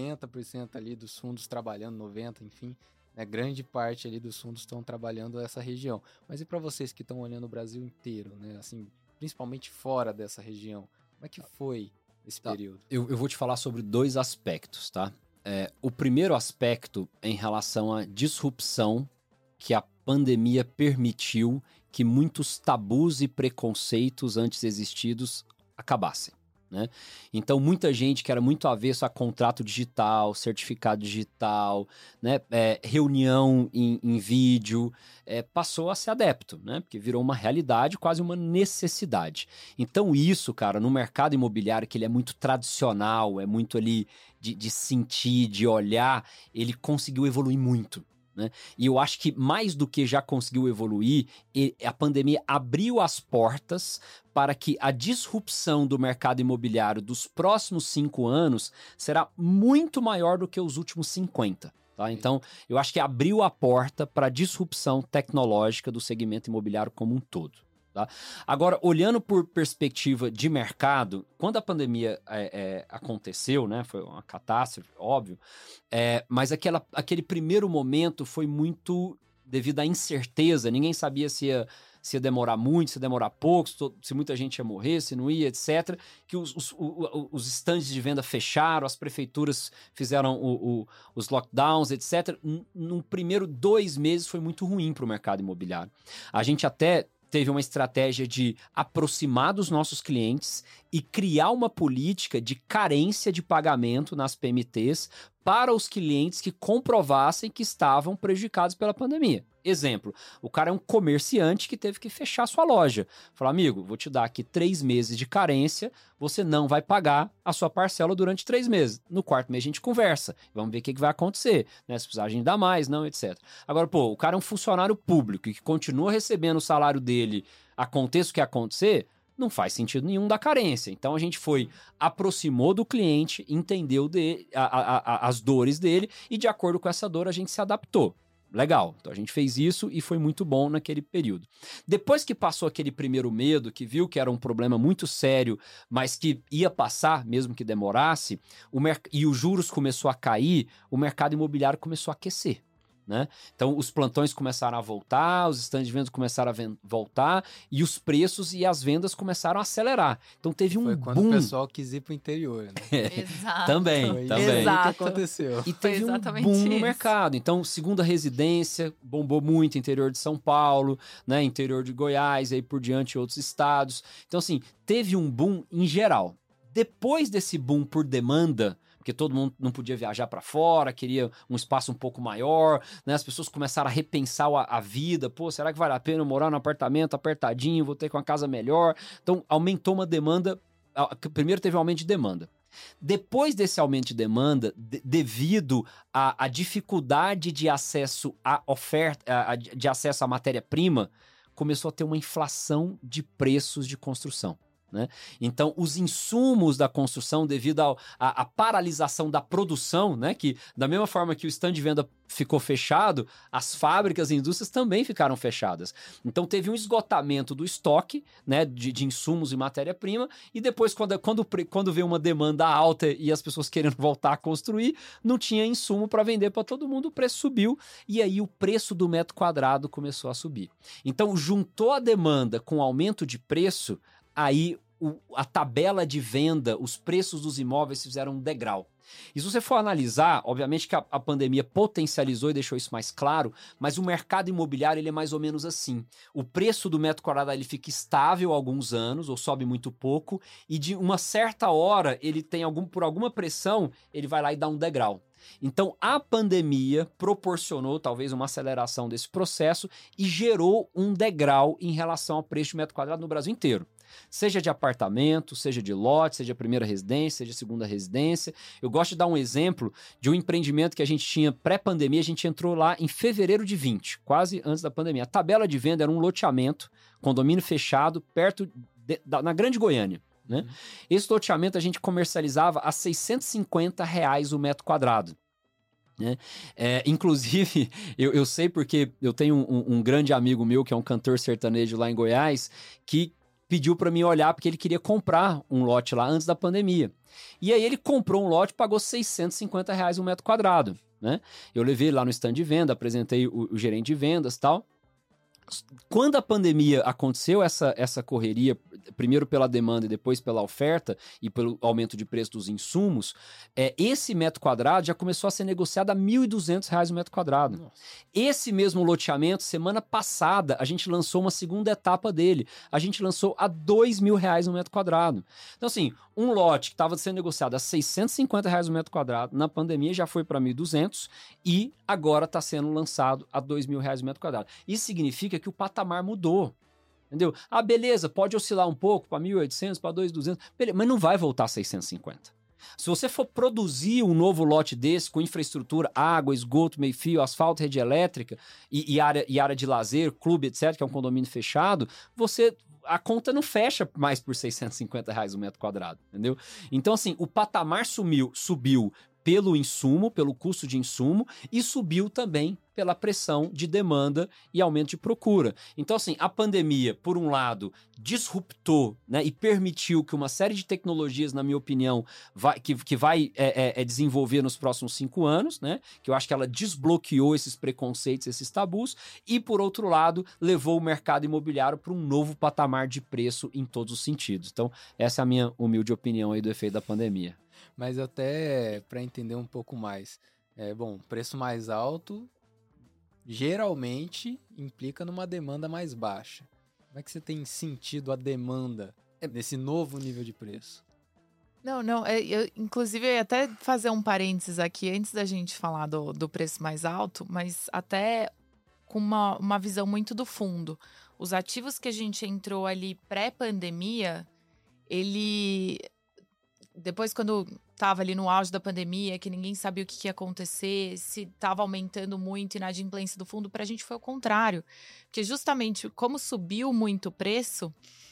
80% ali dos fundos trabalhando, 90%, enfim... Né, grande parte ali dos fundos estão trabalhando essa região. Mas e para vocês que estão olhando o Brasil inteiro, né, assim, principalmente fora dessa região, como é que foi esse período? Eu vou te falar sobre dois aspectos, tá? O primeiro aspecto é em relação à disrupção que a pandemia permitiu que muitos tabus e preconceitos antes existidos acabassem. Né? Então, muita gente que era muito avesso a contrato digital, certificado digital, né? Reunião em vídeo, passou a ser adepto, né? Porque virou uma realidade, quase uma necessidade. Então, isso, cara, no mercado imobiliário, que ele é muito tradicional, é muito ali de sentir, de olhar, ele conseguiu evoluir muito. Né? E eu acho que mais do que já conseguiu evoluir, a pandemia abriu as portas para que a disrupção do mercado imobiliário dos próximos 5 anos será muito maior do que os últimos 50. Tá? Então, eu acho que abriu a porta para a disrupção tecnológica do segmento imobiliário como um todo. Tá? Agora, olhando por perspectiva de mercado, quando a pandemia aconteceu, né, foi uma catástrofe, óbvio, mas aquele primeiro momento foi muito devido à incerteza, ninguém sabia se ia demorar muito, se ia demorar pouco, se muita gente ia morrer, se não ia, etc. Que os estandes de venda fecharam, as prefeituras fizeram os lockdowns, etc. No primeiro 2 meses foi muito ruim para o mercado imobiliário. A gente até teve uma estratégia de aproximar dos nossos clientes e criar uma política de carência de pagamento nas PMTs para os clientes que comprovassem que estavam prejudicados pela pandemia. Exemplo, o cara é um comerciante que teve que fechar sua loja. Falar, amigo, vou te dar aqui 3 meses de carência, você não vai pagar a sua parcela durante 3 meses. No 4º mês a gente conversa, vamos ver o que vai acontecer, né? Se precisar a gente dá mais, não, etc. Agora, pô, o cara é um funcionário público e que continua recebendo o salário dele, aconteça o que acontecer, não faz sentido nenhum da carência. Então a gente aproximou do cliente, entendeu as dores dele e de acordo com essa dor a gente se adaptou. Legal, então a gente fez isso e foi muito bom naquele período. Depois que passou aquele primeiro medo, que viu que era um problema muito sério, mas que ia passar, mesmo que demorasse, e os juros começou a cair, o mercado imobiliário começou a aquecer. Né? Então os plantões começaram a voltar, os estandes de vendas começaram a voltar e os preços e as vendas começaram a acelerar. Então teve um boom. Foi quando o pessoal quis ir pro interior, né? Exato. Também. Foi Exato. isso que aconteceu. E teve um boom no mercado. Então, segunda residência bombou muito, interior de São Paulo, né? Interior de Goiás, aí por diante outros estados. Então, assim, teve um boom em geral. Depois desse boom por demanda, porque todo mundo não podia viajar para fora, queria um espaço um pouco maior, né? As pessoas começaram a repensar a vida. Pô, será que vale a pena eu morar num apartamento apertadinho, vou ter uma casa melhor? Então, aumentou uma demanda. Primeiro teve um aumento de demanda. Depois desse aumento de demanda, devido à dificuldade de acesso à oferta, de acesso à matéria-prima, começou a ter uma inflação de preços de construção. Né? Então, os insumos da construção, devido à paralisação da produção, né? Que da mesma forma que o stand de venda ficou fechado, as fábricas e indústrias também ficaram fechadas. Então, teve um esgotamento do estoque, né? De insumos e matéria-prima, e depois, quando veio uma demanda alta e as pessoas querendo voltar a construir, não tinha insumo para vender para todo mundo, o preço subiu, e aí o preço do metro quadrado começou a subir. Então, juntou a demanda com o aumento de preço, aí a tabela de venda, os preços dos imóveis fizeram um degrau. E se você for analisar, obviamente que a pandemia potencializou e deixou isso mais claro, mas o mercado imobiliário ele é mais ou menos assim. O preço do metro quadrado ele fica estável há alguns anos, ou sobe muito pouco, e de uma certa hora, ele tem por alguma pressão, ele vai lá e dá um degrau. Então, a pandemia proporcionou talvez uma aceleração desse processo e gerou um degrau em relação ao preço de metro quadrado no Brasil inteiro. Seja de apartamento, seja de lote, seja primeira residência, seja segunda residência. Eu gosto de dar um exemplo de um empreendimento que a gente tinha pré-pandemia, a gente entrou lá em fevereiro de 20, quase antes da pandemia. A tabela de venda era um loteamento, condomínio fechado, perto na Grande Goiânia. Né? Esse loteamento a gente comercializava a R$650 o metro quadrado. Né? Inclusive, eu sei porque eu tenho um grande amigo meu que é um cantor sertanejo lá em Goiás que pediu para mim olhar porque ele queria comprar um lote lá antes da pandemia. E aí ele comprou um lote, pagou R$650 um metro quadrado. Né? Eu levei ele lá no stand de venda, apresentei o gerente de vendas e tal. Quando a pandemia aconteceu, essa correria, primeiro pela demanda e depois pela oferta e pelo aumento de preço dos insumos, esse metro quadrado já começou a ser negociado a R$1.200 o metro quadrado. Nossa. Esse mesmo loteamento, semana passada, a gente lançou uma segunda etapa dele. A gente lançou a R$2.000 o metro quadrado. Então, assim, um lote que estava sendo negociado a R$650 o metro quadrado, na pandemia já foi para R$1.200 e agora está sendo lançado a R$2.000 o metro quadrado. Isso significa que o patamar mudou, entendeu? Ah, beleza, pode oscilar um pouco para 1.800, para 2.200, mas não vai voltar a 650. Se você for produzir um novo lote desse com infraestrutura, água, esgoto, meio-fio, asfalto, rede elétrica e área de lazer, clube, etc., que é um condomínio fechado, a conta não fecha mais por R$650 o metro quadrado, entendeu? Então, assim, o patamar subiu pelo insumo, pelo custo de insumo, e subiu também pela pressão de demanda e aumento de procura. Então, assim, a pandemia, por um lado, disruptou, né, e permitiu que uma série de tecnologias, na minha opinião, que vai desenvolver nos próximos 5 anos, né, que eu acho que ela desbloqueou esses preconceitos, esses tabus, e, por outro lado, levou o mercado imobiliário para um novo patamar de preço em todos os sentidos. Então, essa é a minha humilde opinião aí do efeito da pandemia. Mas até para entender um pouco mais, preço mais alto geralmente implica numa demanda mais baixa. Como é que você tem sentido a demanda nesse novo nível de preço? Não, inclusive, eu ia até fazer um parênteses aqui, antes da gente falar do preço mais alto, mas até com uma visão muito do fundo. Os ativos que a gente entrou ali pré-pandemia, depois, quando estava ali no auge da pandemia, que ninguém sabia o que ia acontecer, se estava aumentando muito a inadimplência do fundo, para a gente foi o contrário. Porque justamente como subiu muito o preço,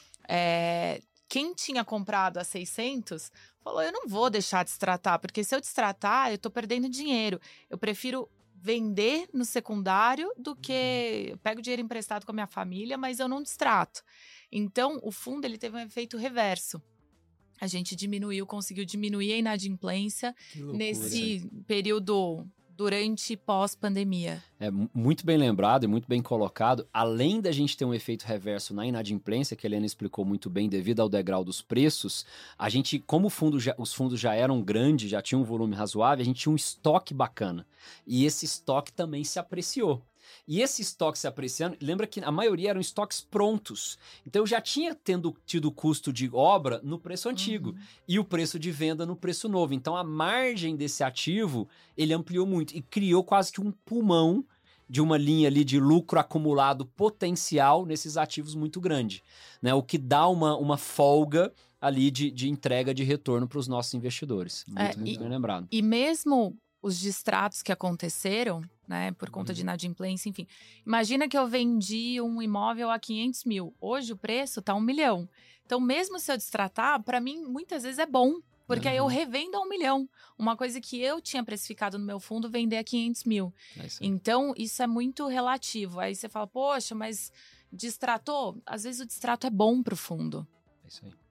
quem tinha comprado a 600 falou, eu não vou deixar de destratar, porque se eu destratar, eu estou perdendo dinheiro. Eu prefiro vender no secundário do que eu pego dinheiro emprestado com a minha família, mas eu não destrato. Então, o fundo ele teve um efeito reverso. A gente conseguiu diminuir a inadimplência nesse período durante e pós-pandemia. Muito bem lembrado e muito bem colocado. Além da gente ter um efeito reverso na inadimplência, que a Helena explicou muito bem, devido ao degrau dos preços, a gente, como os fundos já eram grandes, já tinham um volume razoável, a gente tinha um estoque bacana. E esse estoque também se apreciou. E esse estoque se apreciando, lembra que a maioria eram estoques prontos. Então eu já tinha tido custo de obra no preço antigo e o preço de venda no preço novo. Então a margem desse ativo, ele ampliou muito e criou quase que um pulmão de uma linha ali de lucro acumulado potencial nesses ativos muito grande, né? O que dá uma folga ali de entrega de retorno para os nossos investidores. Muito bem lembrado. E mesmo os distratos que aconteceram, né, por conta de inadimplência, enfim. Imagina que eu vendi um imóvel a 500 mil. Hoje o preço tá 1 milhão. Então, mesmo se eu distratar, para mim, muitas vezes é bom. Porque aí eu revendo a 1 milhão. Uma coisa que eu tinha precificado no meu fundo, vender a 500 mil. Então, isso é muito relativo. Aí você fala, poxa, mas distratou? Às vezes o distrato é bom pro fundo. É isso aí.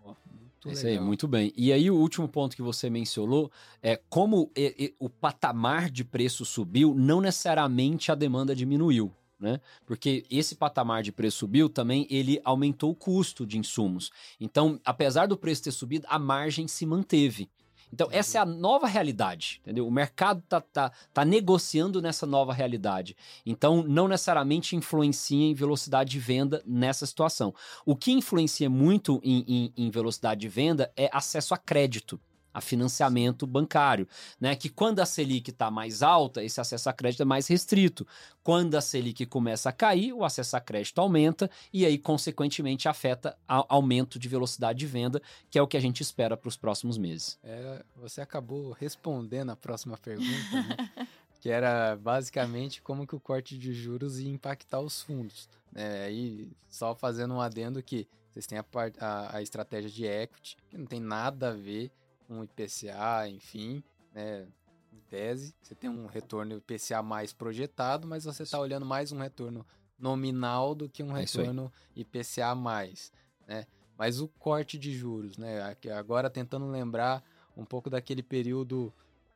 Isso aí, muito bem. E aí o último ponto que você mencionou é como o patamar de preço subiu, não necessariamente a demanda diminuiu, né? Porque esse patamar de preço subiu também, ele aumentou o custo de insumos. Então, apesar do preço ter subido, a margem se manteve. Então, essa é a nova realidade, entendeu? O mercado tá negociando nessa nova realidade. Então, não necessariamente influencia em velocidade de venda nessa situação. O que influencia muito em velocidade de venda é acesso a crédito, a financiamento bancário, né? Que quando a Selic está mais alta, esse acesso a crédito é mais restrito. Quando a Selic começa a cair, o acesso a crédito aumenta e aí, consequentemente, afeta aumento de velocidade de venda, que é o que a gente espera para os próximos meses. Você acabou respondendo a próxima pergunta, né? Que era basicamente como que o corte de juros ia impactar os fundos. Aí, só fazendo um adendo que vocês têm a estratégia de equity, que não tem nada a ver com IPCA, enfim, né? Em tese, você tem um retorno IPCA mais projetado, mas você está olhando mais um retorno nominal do que um retorno IPCA mais, né? Mas o corte de juros, né? Agora tentando lembrar um pouco daquele período,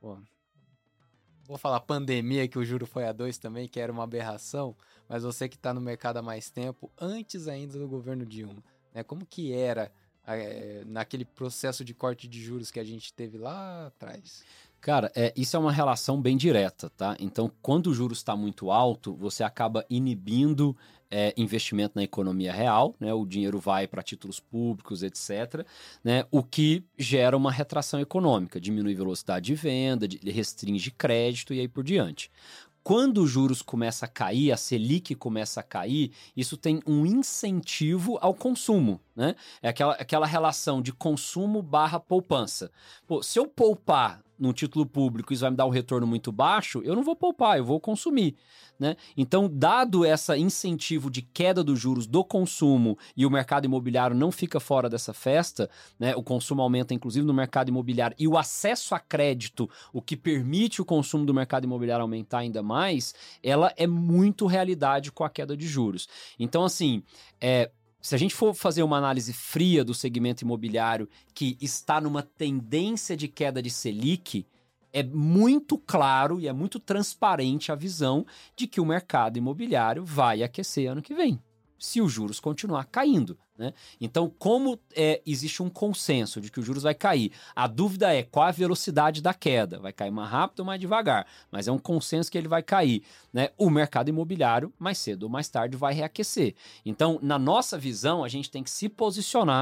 vou falar pandemia, que o juro foi a 2 também, que era uma aberração, mas você que está no mercado há mais tempo, antes ainda do governo Dilma, né? Como que era naquele processo de corte de juros que a gente teve lá atrás? Cara, isso é uma relação bem direta, tá? Então, quando o juros está muito alto, você acaba inibindo investimento na economia real, né? O dinheiro vai para títulos públicos, etc., né? O que gera uma retração econômica, diminui velocidade de venda, restringe crédito e aí por diante. Quando os juros começam a cair, a Selic começa a cair, isso tem um incentivo ao consumo, né? É aquela relação de consumo barra poupança. Pô, se eu poupar num título público, isso vai me dar um retorno muito baixo, eu não vou poupar, eu vou consumir, né? Então, dado esse incentivo de queda dos juros do consumo e o mercado imobiliário não fica fora dessa festa, né? O consumo aumenta, inclusive, no mercado imobiliário e o acesso a crédito, o que permite o consumo do mercado imobiliário aumentar ainda mais, ela é muito realidade com a queda de juros. Então, assim, se a gente for fazer uma análise fria do segmento imobiliário que está numa tendência de queda de Selic, é muito claro e é muito transparente a visão de que o mercado imobiliário vai aquecer ano que vem, se os juros continuar caindo, né? Então, como existe um consenso de que os juros vai cair, a dúvida é qual a velocidade da queda, vai cair mais rápido ou mais devagar, mas é um consenso que ele vai cair, né? O mercado imobiliário, mais cedo ou mais tarde, vai reaquecer. Então, na nossa visão, a gente tem que se posicionar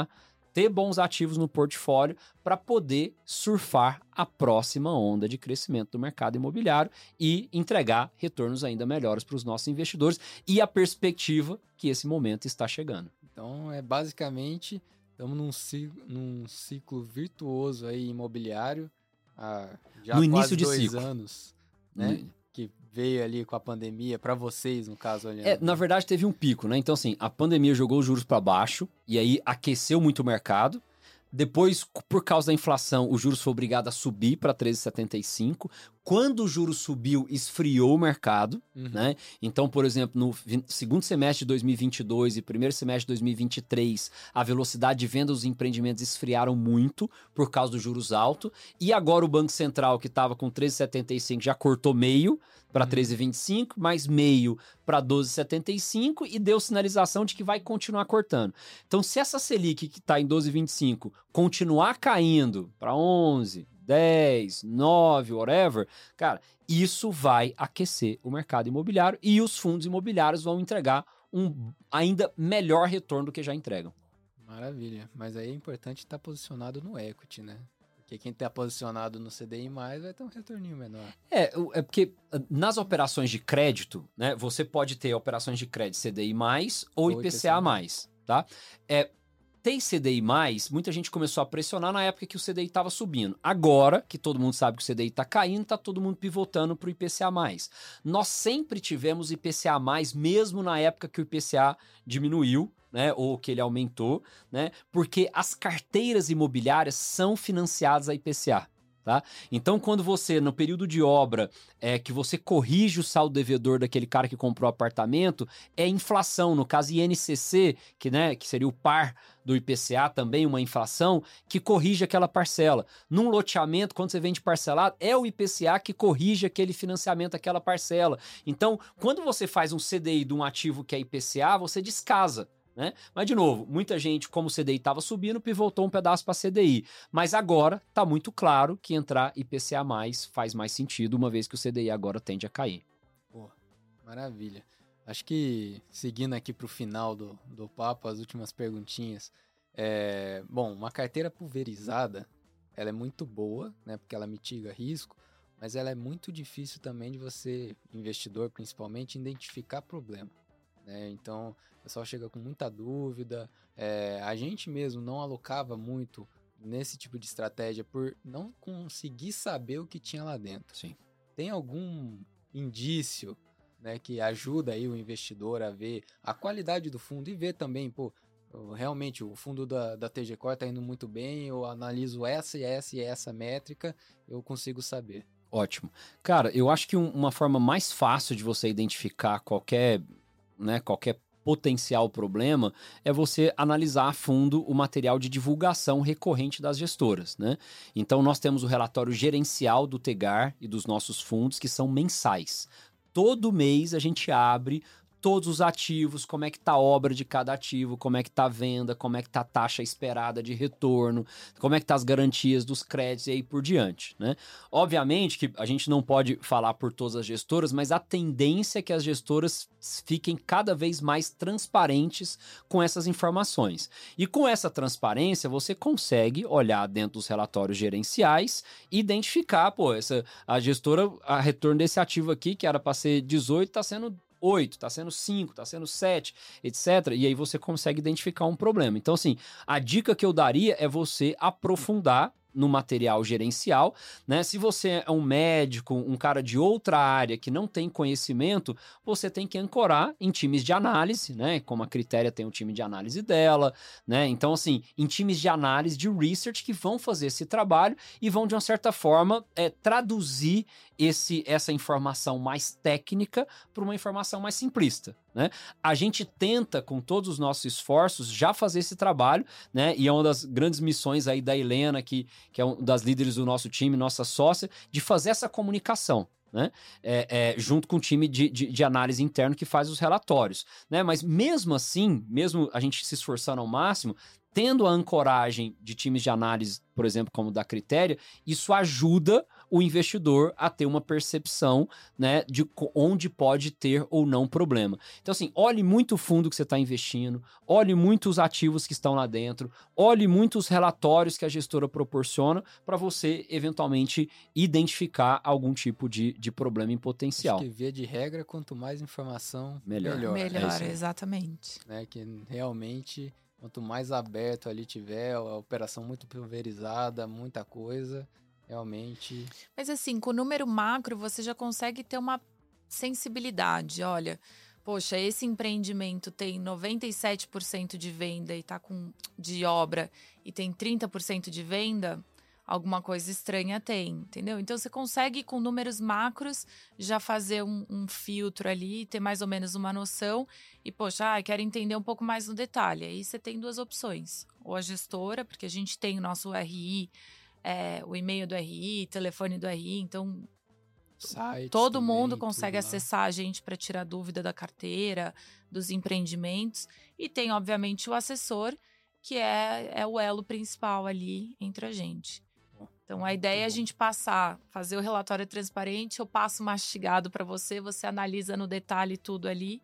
ter bons ativos no portfólio para poder surfar a próxima onda de crescimento do mercado imobiliário e entregar retornos ainda melhores para os nossos investidores e a perspectiva que esse momento está chegando. Então, basicamente, estamos num ciclo virtuoso aí imobiliário há já no quase início de 2 ciclo. anos, né? Que veio ali com a pandemia, para vocês, no caso, olhando. Na verdade, teve um pico, né? Então, assim, a pandemia jogou os juros para baixo e aí aqueceu muito o mercado. Depois, por causa da inflação, o juros foi obrigado a subir para 13,75. Quando o juros subiu, esfriou o mercado, né? Então, por exemplo, no segundo semestre de 2022 e primeiro semestre de 2023, a velocidade de venda dos empreendimentos esfriaram muito por causa dos juros altos. E agora o Banco Central, que estava com 13,75, já cortou meio para 13,25, mais meio para 12,75 e deu sinalização de que vai continuar cortando. Então, se essa Selic que está em 12,25 continuar caindo para 11, 10, 9, whatever, cara, isso vai aquecer o mercado imobiliário e os fundos imobiliários vão entregar um ainda melhor retorno do que já entregam. Maravilha. Mas aí é importante estar posicionado no equity, né? Porque quem está posicionado no CDI+, vai ter um retorninho menor. É porque nas operações de crédito, né, você pode ter operações de crédito CDI+, ou IPCA+, tá? Tem CDI+, muita gente começou a pressionar na época que o CDI estava subindo. Agora, que todo mundo sabe que o CDI está caindo, está todo mundo pivotando para o IPCA+. Nós sempre tivemos IPCA+, mesmo na época que o IPCA diminuiu, né, ou que ele aumentou, né, porque as carteiras imobiliárias são financiadas a IPCA. Tá? Então, quando você, no período de obra, que você corrige o saldo devedor daquele cara que comprou o apartamento, é inflação. No caso, INCC, que seria o par do IPCA, também uma inflação, que corrige aquela parcela. Num loteamento, quando você vende parcelado, é o IPCA que corrige aquele financiamento, aquela parcela. Então, quando você faz um CDI de um ativo que é IPCA, você descasa. Né? Mas, de novo, muita gente, como o CDI estava subindo, pivotou um pedaço para CDI. Mas agora está muito claro que entrar IPCA+, faz mais sentido, uma vez que o CDI agora tende a cair. Pô, maravilha. Acho que, seguindo aqui para o final do papo, as últimas perguntinhas. Bom, uma carteira pulverizada, ela é muito boa, né? Porque ela mitiga risco, mas ela é muito difícil também de você, investidor principalmente, identificar problema. Então, o pessoal chega com muita dúvida. A gente mesmo não alocava muito nesse tipo de estratégia por não conseguir saber o que tinha lá dentro. Sim. Tem algum indício, né, que ajuda aí o investidor a ver a qualidade do fundo e ver também, realmente o fundo da TG Core está indo muito bem, eu analiso essa e essa e essa métrica, eu consigo saber. Ótimo. Cara, eu acho que uma forma mais fácil de você identificar qualquer potencial problema é você analisar a fundo o material de divulgação recorrente das gestoras, né? Então, nós temos o relatório gerencial do Tegar e dos nossos fundos, que são mensais. Todo mês a gente abre todos os ativos, como é que tá a obra de cada ativo, como é que tá a venda, como é que tá a taxa esperada de retorno, como é que tá as garantias dos créditos e aí por diante, né? Obviamente que a gente não pode falar por todas as gestoras, mas a tendência é que as gestoras fiquem cada vez mais transparentes com essas informações. E com essa transparência, você consegue olhar dentro dos relatórios gerenciais e identificar, a gestora, a retorno desse ativo aqui, que era para ser 18, está sendo 8, está sendo 5, está sendo 7, etc. E aí você consegue identificar um problema. Então, assim, a dica que eu daria é você aprofundar no material gerencial, né? Se você é um médico, um cara de outra área que não tem conhecimento, você tem que ancorar em times de análise, né? Como a Critéria tem o time de análise dela, né? Então, assim, em times de análise, de research, que vão fazer esse trabalho e vão, de uma certa forma, traduzir essa informação mais técnica para uma informação mais simplista, né? A gente tenta, com todos os nossos esforços, já fazer esse trabalho, né? E é uma das grandes missões aí da Helena, que é uma das líderes do nosso time, nossa sócia, de fazer essa comunicação, né? Junto com o time de análise interno que faz os relatórios, né? Mas mesmo assim, mesmo a gente se esforçando ao máximo, tendo a ancoragem de times de análise, por exemplo, como o da Critéria, isso ajuda o investidor a ter uma percepção, né, de onde pode ter ou não problema. Então, assim, olhe muito o fundo que você está investindo, olhe muito os ativos que estão lá dentro, olhe muito os relatórios que a gestora proporciona para você, eventualmente, identificar algum tipo de problema em potencial. Acho que, via de regra, quanto mais informação, melhor. Melhor, exatamente. Né? Que realmente, quanto mais aberto ali tiver, a operação muito pulverizada, muita coisa, realmente... Mas assim, com o número macro, você já consegue ter uma sensibilidade. Olha, poxa, esse empreendimento tem 97% de venda e tá de obra e tem 30% de venda, alguma coisa estranha tem, entendeu? Então você consegue, com números macros, já fazer um filtro ali, ter mais ou menos uma noção e, poxa, quero entender um pouco mais no detalhe. Aí você tem duas opções. Ou a gestora, porque a gente tem o nosso RI, o e-mail do RI, telefone do RI, então sites todo também, mundo consegue tudo lá. acessar a gente para tirar dúvida da carteira, dos empreendimentos. E tem, obviamente, o assessor, que é o elo principal ali entre a gente. Então, a ideia é a gente fazer o relatório transparente, eu passo mastigado para você, você analisa no detalhe tudo ali,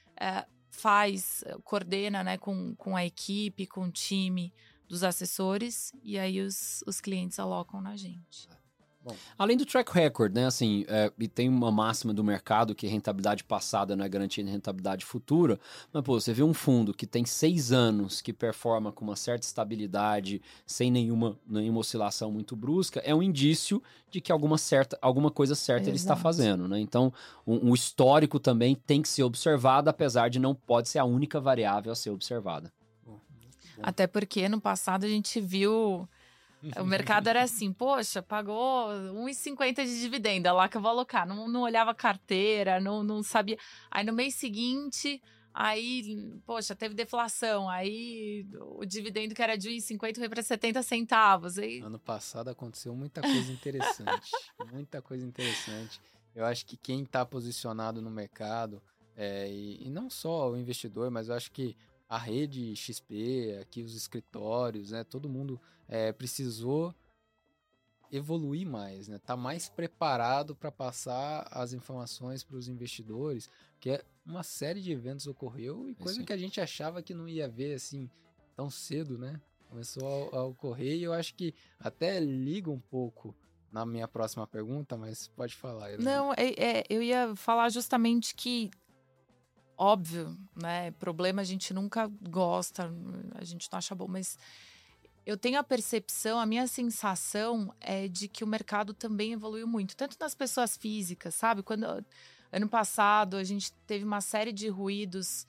coordena, né, com a equipe, com o time dos assessores, e aí os clientes alocam na gente. Bom, além do track record, né, assim, e tem uma máxima do mercado que rentabilidade passada não é garantia de rentabilidade futura, mas, pô, você vê um fundo que tem 6 anos, que performa com uma certa estabilidade, sem nenhuma oscilação muito brusca, é um indício de que alguma coisa certa ele está fazendo, né? Então, o histórico também tem que ser observado, apesar de não pode ser a única variável a ser observada. Até porque no passado a gente viu... O mercado era assim, poxa, pagou 1,50 de dividendo, lá que eu vou alocar. Não olhava a carteira, não sabia. Aí no mês seguinte, poxa, teve deflação. Aí o dividendo que era de 1,50 foi para 70 centavos. Aí... Ano passado aconteceu muita coisa interessante. Muita coisa interessante. Eu acho que quem está posicionado no mercado, e não só o investidor, mas eu acho que a rede XP, aqui os escritórios, né? Todo mundo precisou evoluir mais, né? Tá mais preparado para passar as informações para os investidores, porque uma série de eventos ocorreu e coisa que a gente achava que não ia ver assim tão cedo, né? Começou a ocorrer e eu acho que até liga um pouco na minha próxima pergunta, mas pode falar, Helena. Não, eu ia falar justamente que óbvio, né? Problema a gente nunca gosta, a gente não acha bom, mas eu tenho a percepção, a minha sensação é de que o mercado também evoluiu muito, tanto nas pessoas físicas, sabe? Quando ano passado a gente teve uma série de ruídos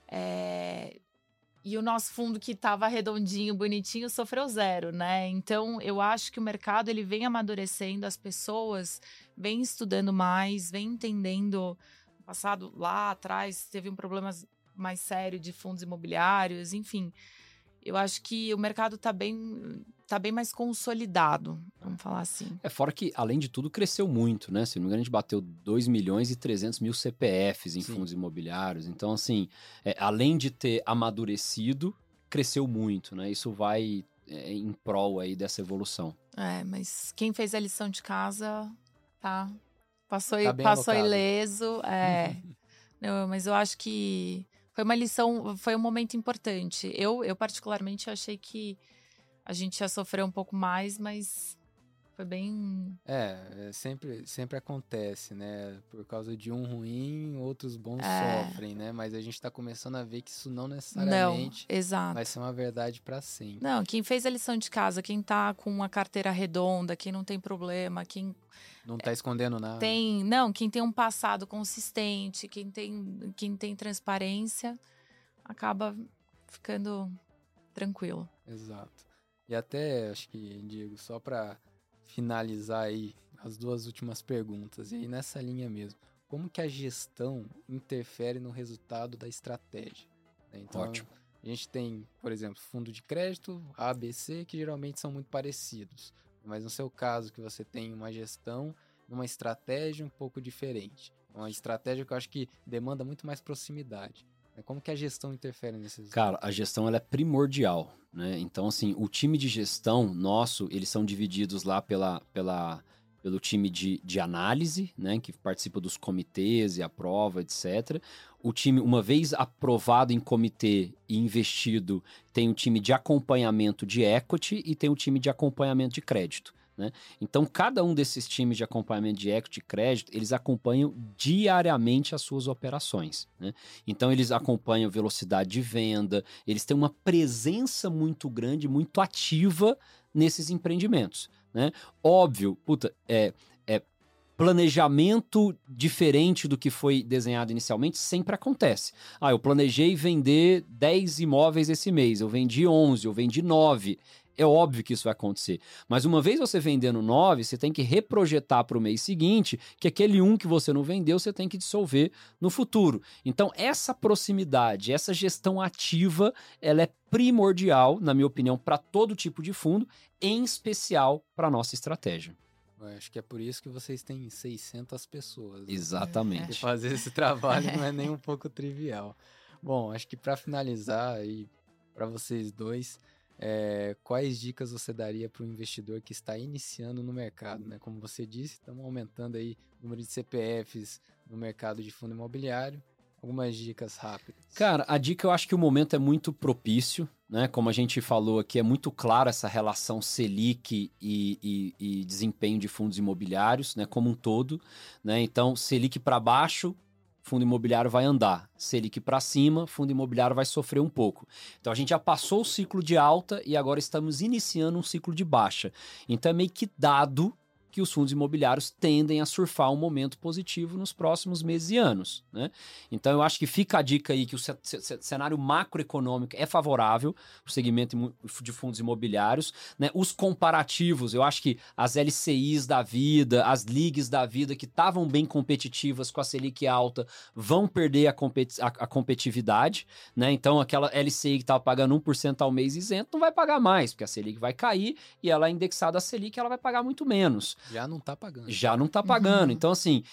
e o nosso fundo que estava redondinho, bonitinho, sofreu zero, né? Então eu acho que o mercado ele vem amadurecendo, as pessoas vêm estudando mais, vêm entendendo. Passado lá atrás teve um problema mais sério de fundos imobiliários, enfim. Eu acho que o mercado tá bem mais consolidado, vamos falar assim. Fora que, além de tudo, cresceu muito, né? Se não me engano, a gente bateu 2.300.000 CPFs em fundos imobiliários. Então, assim, além de ter amadurecido, cresceu muito, né? Isso vai em prol aí dessa evolução. Mas quem fez a lição de casa, tá... Passou ileso. Não, mas eu acho que foi uma lição, foi um momento importante. Eu particularmente achei que a gente ia sofrer um pouco mais, mas foi bem... Sempre acontece, né? Por causa de um ruim, outros bons sofrem, né? Mas a gente tá começando a ver que isso não necessariamente vai ser uma verdade para sempre. Não, quem fez a lição de casa, quem tá com uma carteira redonda, quem não tem problema, quem... Não tá escondendo nada. Quem tem um passado consistente, quem tem transparência, acaba ficando tranquilo. Exato. E até, acho que, Diego, só para finalizar aí as duas últimas perguntas, e aí nessa linha mesmo, como que a gestão interfere no resultado da estratégia? Então, ótimo. A gente tem, por exemplo, fundo de crédito, A, B, C, que geralmente são muito parecidos. Mas no seu caso, que você tem uma gestão, uma estratégia um pouco diferente. Uma estratégia que eu acho que demanda muito mais proximidade. Como que a gestão interfere nesses... Cara, a gestão ela é primordial, né? Então, assim, o time de gestão nosso, eles são divididos lá pela pelo time de análise, né, que participa dos comitês e aprova, etc. O time, uma vez aprovado em comitê e investido, tem o time de acompanhamento de equity e tem o time de acompanhamento de crédito, né? Então, cada um desses times de acompanhamento de equity e crédito, eles acompanham diariamente as suas operações, né? Então, eles acompanham velocidade de venda, eles têm uma presença muito grande, muito ativa nesses empreendimentos, né? Óbvio, planejamento diferente do que foi desenhado inicialmente sempre acontece. Eu planejei vender 10 imóveis esse mês, eu vendi 11, eu vendi 9. É óbvio que isso vai acontecer. Mas uma vez você vendendo 9, você tem que reprojetar para o mês seguinte que aquele 1 que você não vendeu, você tem que dissolver no futuro. Então, essa proximidade, essa gestão ativa, ela é primordial, na minha opinião, para todo tipo de fundo, em especial para a nossa estratégia. Eu acho que é por isso que vocês têm 600 pessoas. Né? Exatamente. E fazer esse trabalho não é nem um pouco trivial. Bom, acho que para finalizar aí, para vocês dois, quais dicas você daria para o investidor que está iniciando no mercado, né? Como você disse, estamos aumentando aí o número de CPFs no mercado de fundo imobiliário. Algumas dicas rápidas. Cara, a dica, eu acho que o momento é muito propício, né? Como a gente falou aqui, é muito clara essa relação Selic e desempenho de fundos imobiliários, né? Como um todo, né? Então, Selic para baixo, fundo imobiliário vai andar. Selic para cima, fundo imobiliário vai sofrer um pouco. Então, a gente já passou o ciclo de alta e agora estamos iniciando um ciclo de baixa. Então, é meio que dado que os fundos imobiliários tendem a surfar um momento positivo nos próximos meses e anos, né? Então, eu acho que fica a dica aí que o cenário macroeconômico é favorável para o segmento de fundos imobiliários, né? Os comparativos, eu acho que as LCIs da vida, as LIGs da vida que estavam bem competitivas com a Selic alta vão perder a competitividade, né? Então, aquela LCI que estava pagando 1% ao mês isento não vai pagar mais, porque a Selic vai cair e ela é indexada à Selic, ela vai pagar muito menos. Já não tá pagando. Já não tá pagando. Então, assim,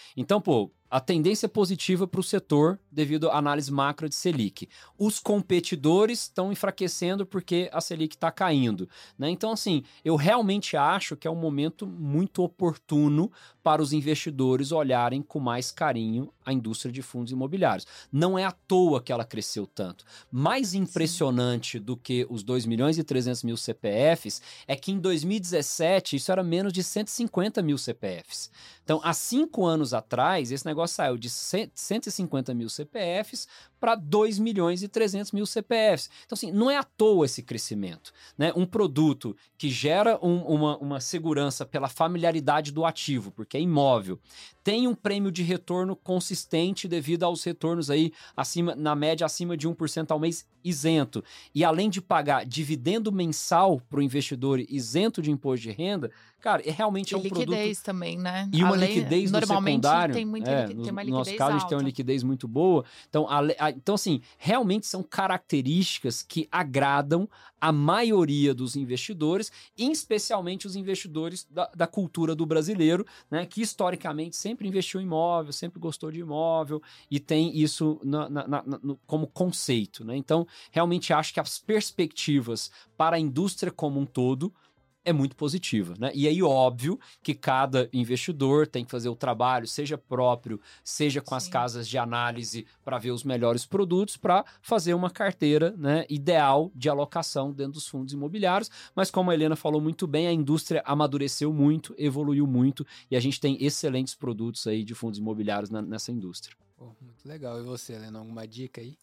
a tendência é positiva para o setor devido à análise macro de Selic. Os competidores estão enfraquecendo porque a Selic está caindo, né? Então, assim, eu realmente acho que é um momento muito oportuno para os investidores olharem com mais carinho a indústria de fundos imobiliários. Não é à toa que ela cresceu tanto. Mais impressionante do que os 2.300.000 CPFs é que em 2017 isso era menos de 150 mil CPFs. Então, há 5 anos atrás, esse negócio saiu de 150 mil CPFs para 2.300.000 CPFs. Então, assim, não é à toa esse crescimento, né? Um produto que gera uma segurança pela familiaridade do ativo, porque é imóvel, tem um prêmio de retorno consistente devido aos retornos aí na média acima de 1% ao mês isento. E além de pagar dividendo mensal para o investidor isento de imposto de renda, cara, realmente é um produto... E liquidez também, né? E uma liquidez no secundário. Tem uma liquidez no nosso caso, alta. a gente tem uma liquidez muito boa. Então, assim, realmente são características que agradam a maioria dos investidores, especialmente os investidores da cultura do brasileiro, né? Que historicamente sempre investiu em imóvel, sempre gostou de imóvel e tem isso como conceito, né? Então, realmente acho que as perspectivas para a indústria como um todo é muito positiva, né? E aí, óbvio que cada investidor tem que fazer o trabalho, seja próprio, seja com as casas de análise para ver os melhores produtos, para fazer uma carteira, né, ideal de alocação dentro dos fundos imobiliários. Mas como a Helena falou muito bem, a indústria amadureceu muito, evoluiu muito e a gente tem excelentes produtos aí de fundos imobiliários nessa indústria. Muito legal. E você, Helena, alguma dica aí?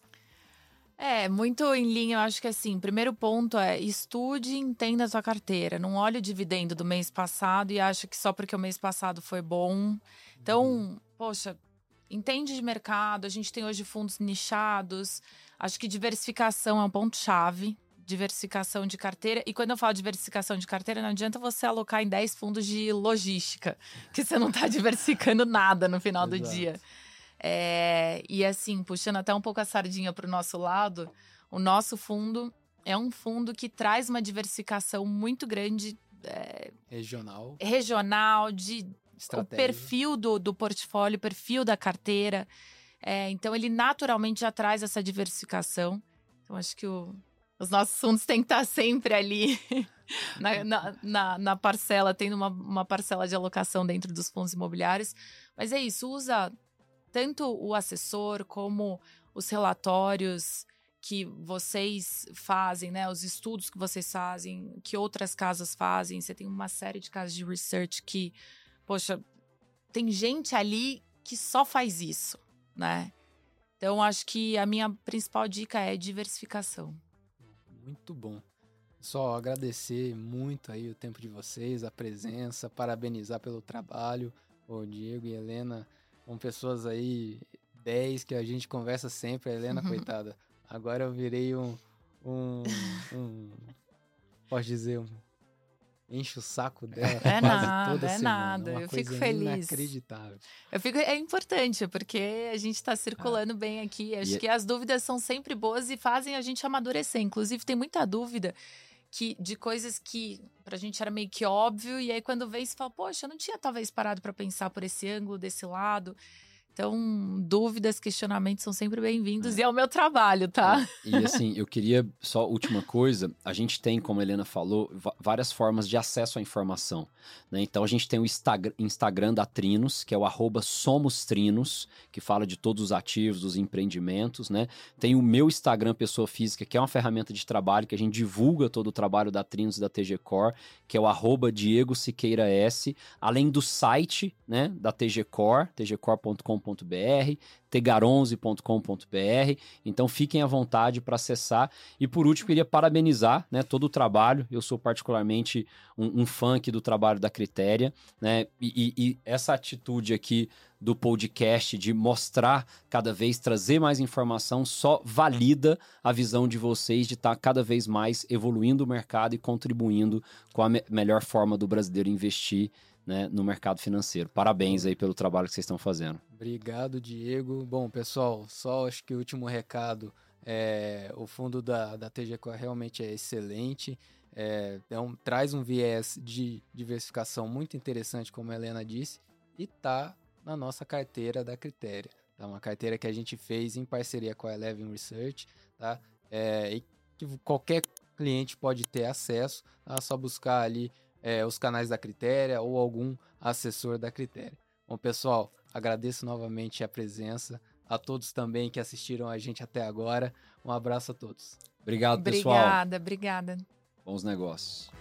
Muito em linha, eu acho que assim, primeiro ponto é estude e entenda a sua carteira. Não olhe o dividendo do mês passado e acha que só porque o mês passado foi bom. Então, poxa, entende de mercado, a gente tem hoje fundos nichados. Acho que diversificação é um ponto-chave. Diversificação de carteira. E quando eu falo diversificação de carteira, não adianta você alocar em 10 fundos de logística, que você não está diversificando nada no final do dia. E assim, puxando até um pouco a sardinha para o nosso lado, o nosso fundo é um fundo que traz uma diversificação muito grande. Regional, o perfil do portfólio, o perfil da carteira. Então, ele naturalmente já traz essa diversificação. Então, acho que os nossos fundos têm que estar sempre ali. na parcela, tendo uma parcela de alocação dentro dos fundos imobiliários. Mas é isso, usa tanto o assessor como os relatórios que vocês fazem, né? Os estudos que vocês fazem, que outras casas fazem. Você tem uma série de casas de research que, poxa, tem gente ali que só faz isso, né? Então, acho que a minha principal dica é diversificação. Muito bom. Só agradecer muito aí o tempo de vocês, a presença, parabenizar pelo trabalho. O Diego e a Helena são pessoas aí 10 que a gente conversa sempre. A Helena, coitada, agora eu virei posso dizer, enche o saco dela quase toda semana. Eu fico feliz. Inacreditável. É importante, porque a gente tá circulando bem aqui. Acho que as dúvidas são sempre boas e fazem a gente amadurecer. Inclusive, tem muita dúvida de coisas que pra gente era meio que óbvio. E aí, quando vem, você fala, poxa, eu não tinha talvez parado pra pensar por esse ângulo, desse lado. Então, dúvidas, questionamentos são sempre bem-vindos e é o meu trabalho, tá? E assim, eu queria só última coisa, a gente tem, como a Helena falou, várias formas de acesso à informação, né? Então a gente tem o Instagram da Trinos, que é o @SomosTrinos, que fala de todos os ativos, dos empreendimentos, né? Tem o meu Instagram pessoa física, que é uma ferramenta de trabalho que a gente divulga todo o trabalho da Trinos e da TG Core, que é o @Diego Siqueira S, além do site, né, da TG Core, tgcore.com.br, tegar11.com.br. Então fiquem à vontade para acessar. E por último, queria parabenizar, né, todo o trabalho. Eu sou particularmente um fã aqui do trabalho da Critéria, né? E essa atitude aqui do podcast de mostrar cada vez, trazer mais informação, só valida a visão de vocês de estar cada vez mais evoluindo o mercado e contribuindo com a melhor forma do brasileiro investir, né, no mercado financeiro. Parabéns aí pelo trabalho que vocês estão fazendo. Obrigado, Diego. Bom, pessoal, só acho que o último recado, o fundo da TG Core realmente é excelente, traz um viés de diversificação muito interessante, como a Helena disse, e tá na nossa carteira da Critéria. Tá uma carteira que a gente fez em parceria com a Eleven Research, tá? E que qualquer cliente pode ter acesso, tá? É só buscar ali os canais da Critéria ou algum assessor da Critéria. Bom, pessoal, agradeço novamente a presença, a todos também que assistiram a gente até agora. Um abraço a todos. Obrigado, pessoal. Obrigada. Bons negócios.